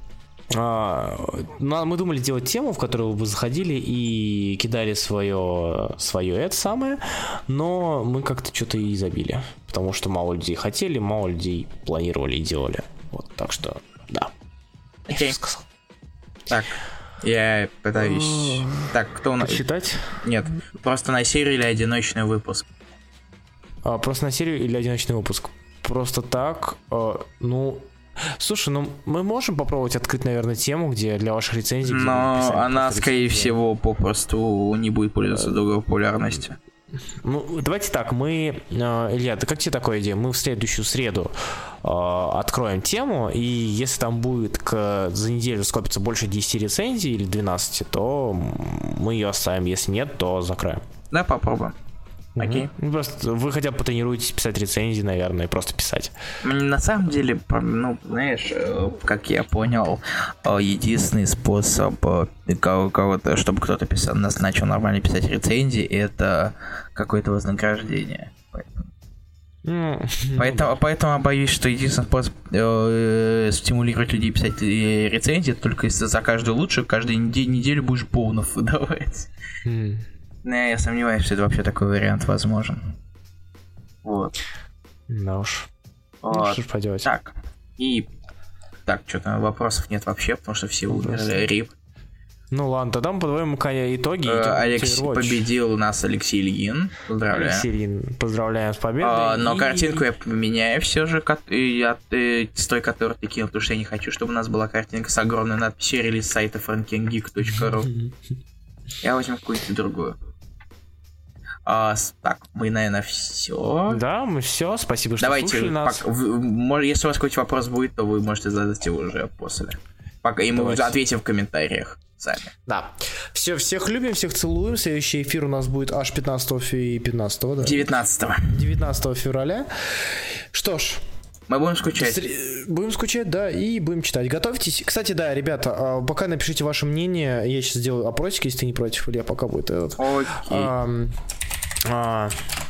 А, ну, мы думали делать тему, в которую вы заходили и кидали свое, свое это самое, но мы как-то что-то и забили, потому что мало людей хотели, мало людей планировали и делали. Вот, так что, да. Окей. Okay. Так. Я пытаюсь... Так, кто у нас... Считать? Нет, просто на серию или одиночный выпуск? А, просто на серию или одиночный выпуск? Просто так, а, ну... Слушай, ну мы можем попробовать открыть, наверное, тему, где для ваших рецензий... Но она, скорее всего, попросту не будет пользоваться долгой популярностью. Ну, давайте так, мы... Илья, да как тебе такая идея? Мы в следующую среду э, откроем тему, и если там будет к, за неделю скопится больше десяти рецензий или двенадцати, то мы ее оставим. Если нет, то закроем. Да, попробуем. Окей. Ну, просто вы хотя бы потренируетесь писать рецензии, наверное, и просто писать. На самом деле, ну, знаешь, как я понял, единственный способ кого-то, чтобы кто-то писал, начал нормально писать рецензии, это какое-то вознаграждение. Mm. Поэтому, ну, поэтому я боюсь, что единственный способ э, стимулировать людей писать рецензии, это только если за каждую лучшую каждую неделю, неделю будешь бонус выдавать. Mm. Но я сомневаюсь, что это вообще такой вариант возможен. Вот. Да уж. Вот. Ну, что ж поделать. Так. И... Так, что-то вопросов нет вообще, потому что все умерли. Рип. Ну ладно, тогда мы подводим итоги. Э, Алекс... Победил у нас Алексей Ильин. Поздравляю. Алексей Ильин, поздравляем с победой. А, но и... картинку я поменяю все же от, с той, которую ты кинул, потому что я не хочу, чтобы у нас была картинка с огромной надписью релиз сайта франкенгик точка ру. Я возьму какую-нибудь другую. А, так, мы, наверное, все. Да, мы все. Спасибо, что Давайте, слушали нас. Пок- в, если у вас какой-то вопрос будет, то вы можете задать его уже после. Пока, и мы Давайте. уже ответим в комментариях сами. Да. Все, всех любим, всех целуем. Следующий эфир у нас будет аж пятнадцатого и пятнадцатого, да? девятнадцатого. девятнадцатого февраля. Что ж. Мы будем скучать. Будем скучать, да, и будем читать. Готовьтесь. Кстати, да, ребята, пока напишите ваше мнение. Я сейчас сделаю опросик, если ты не против, или я пока будет этот. Окей. А, а,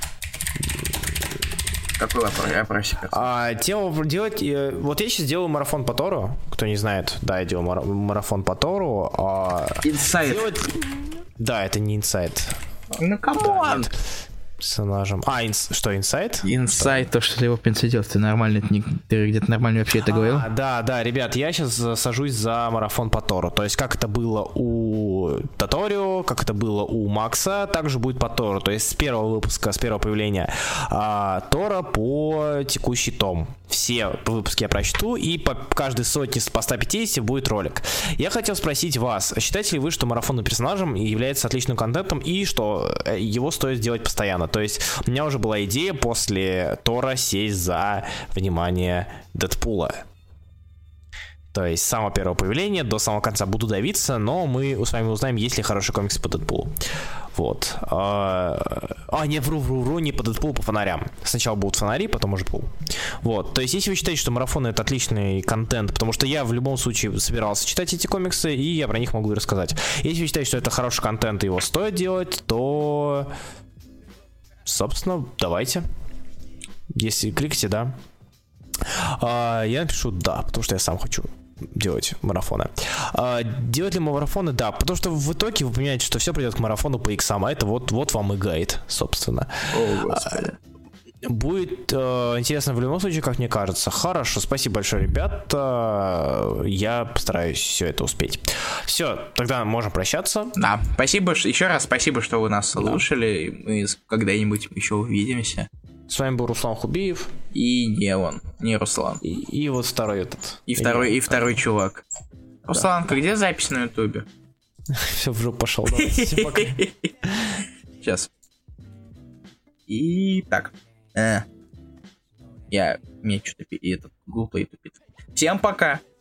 Какой вопрос? Я опросик. А, тему делать... Вот я сейчас делаю марафон по Тору. Кто не знает, да, я делаю марафон по Тору. Инсайд. Делать... Да, это не инсайд. Ну, камон! Персонажем. А, инс... что, инсайт? Инсайт, то, что ты его в принципе делал. Ты нормально, ты, ты где-то нормально вообще это говорил? А, да, да, ребят, я сейчас сажусь за марафон по Тору. То есть, как это было у Тоторио, как это было у Макса, также будет по Тору. То есть, с первого выпуска, с первого появления а, Тора по текущий том. Все выпуски я прочту, и по каждой сотне по ста пятидесяти будет ролик. Я хотел спросить вас, считаете ли вы, что марафон по персонажам является отличным контентом, и что его стоит сделать постоянно? серьезно. То есть у меня уже была идея после Тора сесть за, внимание, Дэдпула. То есть с самого первого появления до самого конца буду давиться, но мы с вами узнаем, есть ли хороший комикс по Дэдпулу. Вот. А, а не, вру, вру, вру, не по Дэдпулу, по фонарям. Сначала будут фонари, потом уже пул. Вот. То есть если вы считаете, что марафон — это отличный контент, потому что я в любом случае собирался читать эти комиксы, и я про них могу рассказать. Если вы считаете, что это хороший контент и его стоит делать, то, собственно, давайте. Если кликните, да. А, я напишу «да», потому что я сам хочу делать марафоны. А, делать ли мы марафоны? Да, потому что в итоге вы понимаете, что все придет к марафону по иксам, а это вот, вот вам и гайд, собственно. О, Господи. А, будет э, интересно в любом случае, как мне кажется. Хорошо, спасибо большое, ребята. Я постараюсь все это успеть. Все, тогда можем прощаться. Да, спасибо, еще раз спасибо, что вы нас слушали. Да. Мы когда-нибудь еще увидимся. С вами был Руслан Хубиев. И не он, не Руслан. И, и вот второй этот. И второй, и второй чувак. Да. Русланка, где запись на ютубе? Все, в жопу пошел. Сейчас. И так. Я... Мне что-то этот глупый тупит. Всем пока.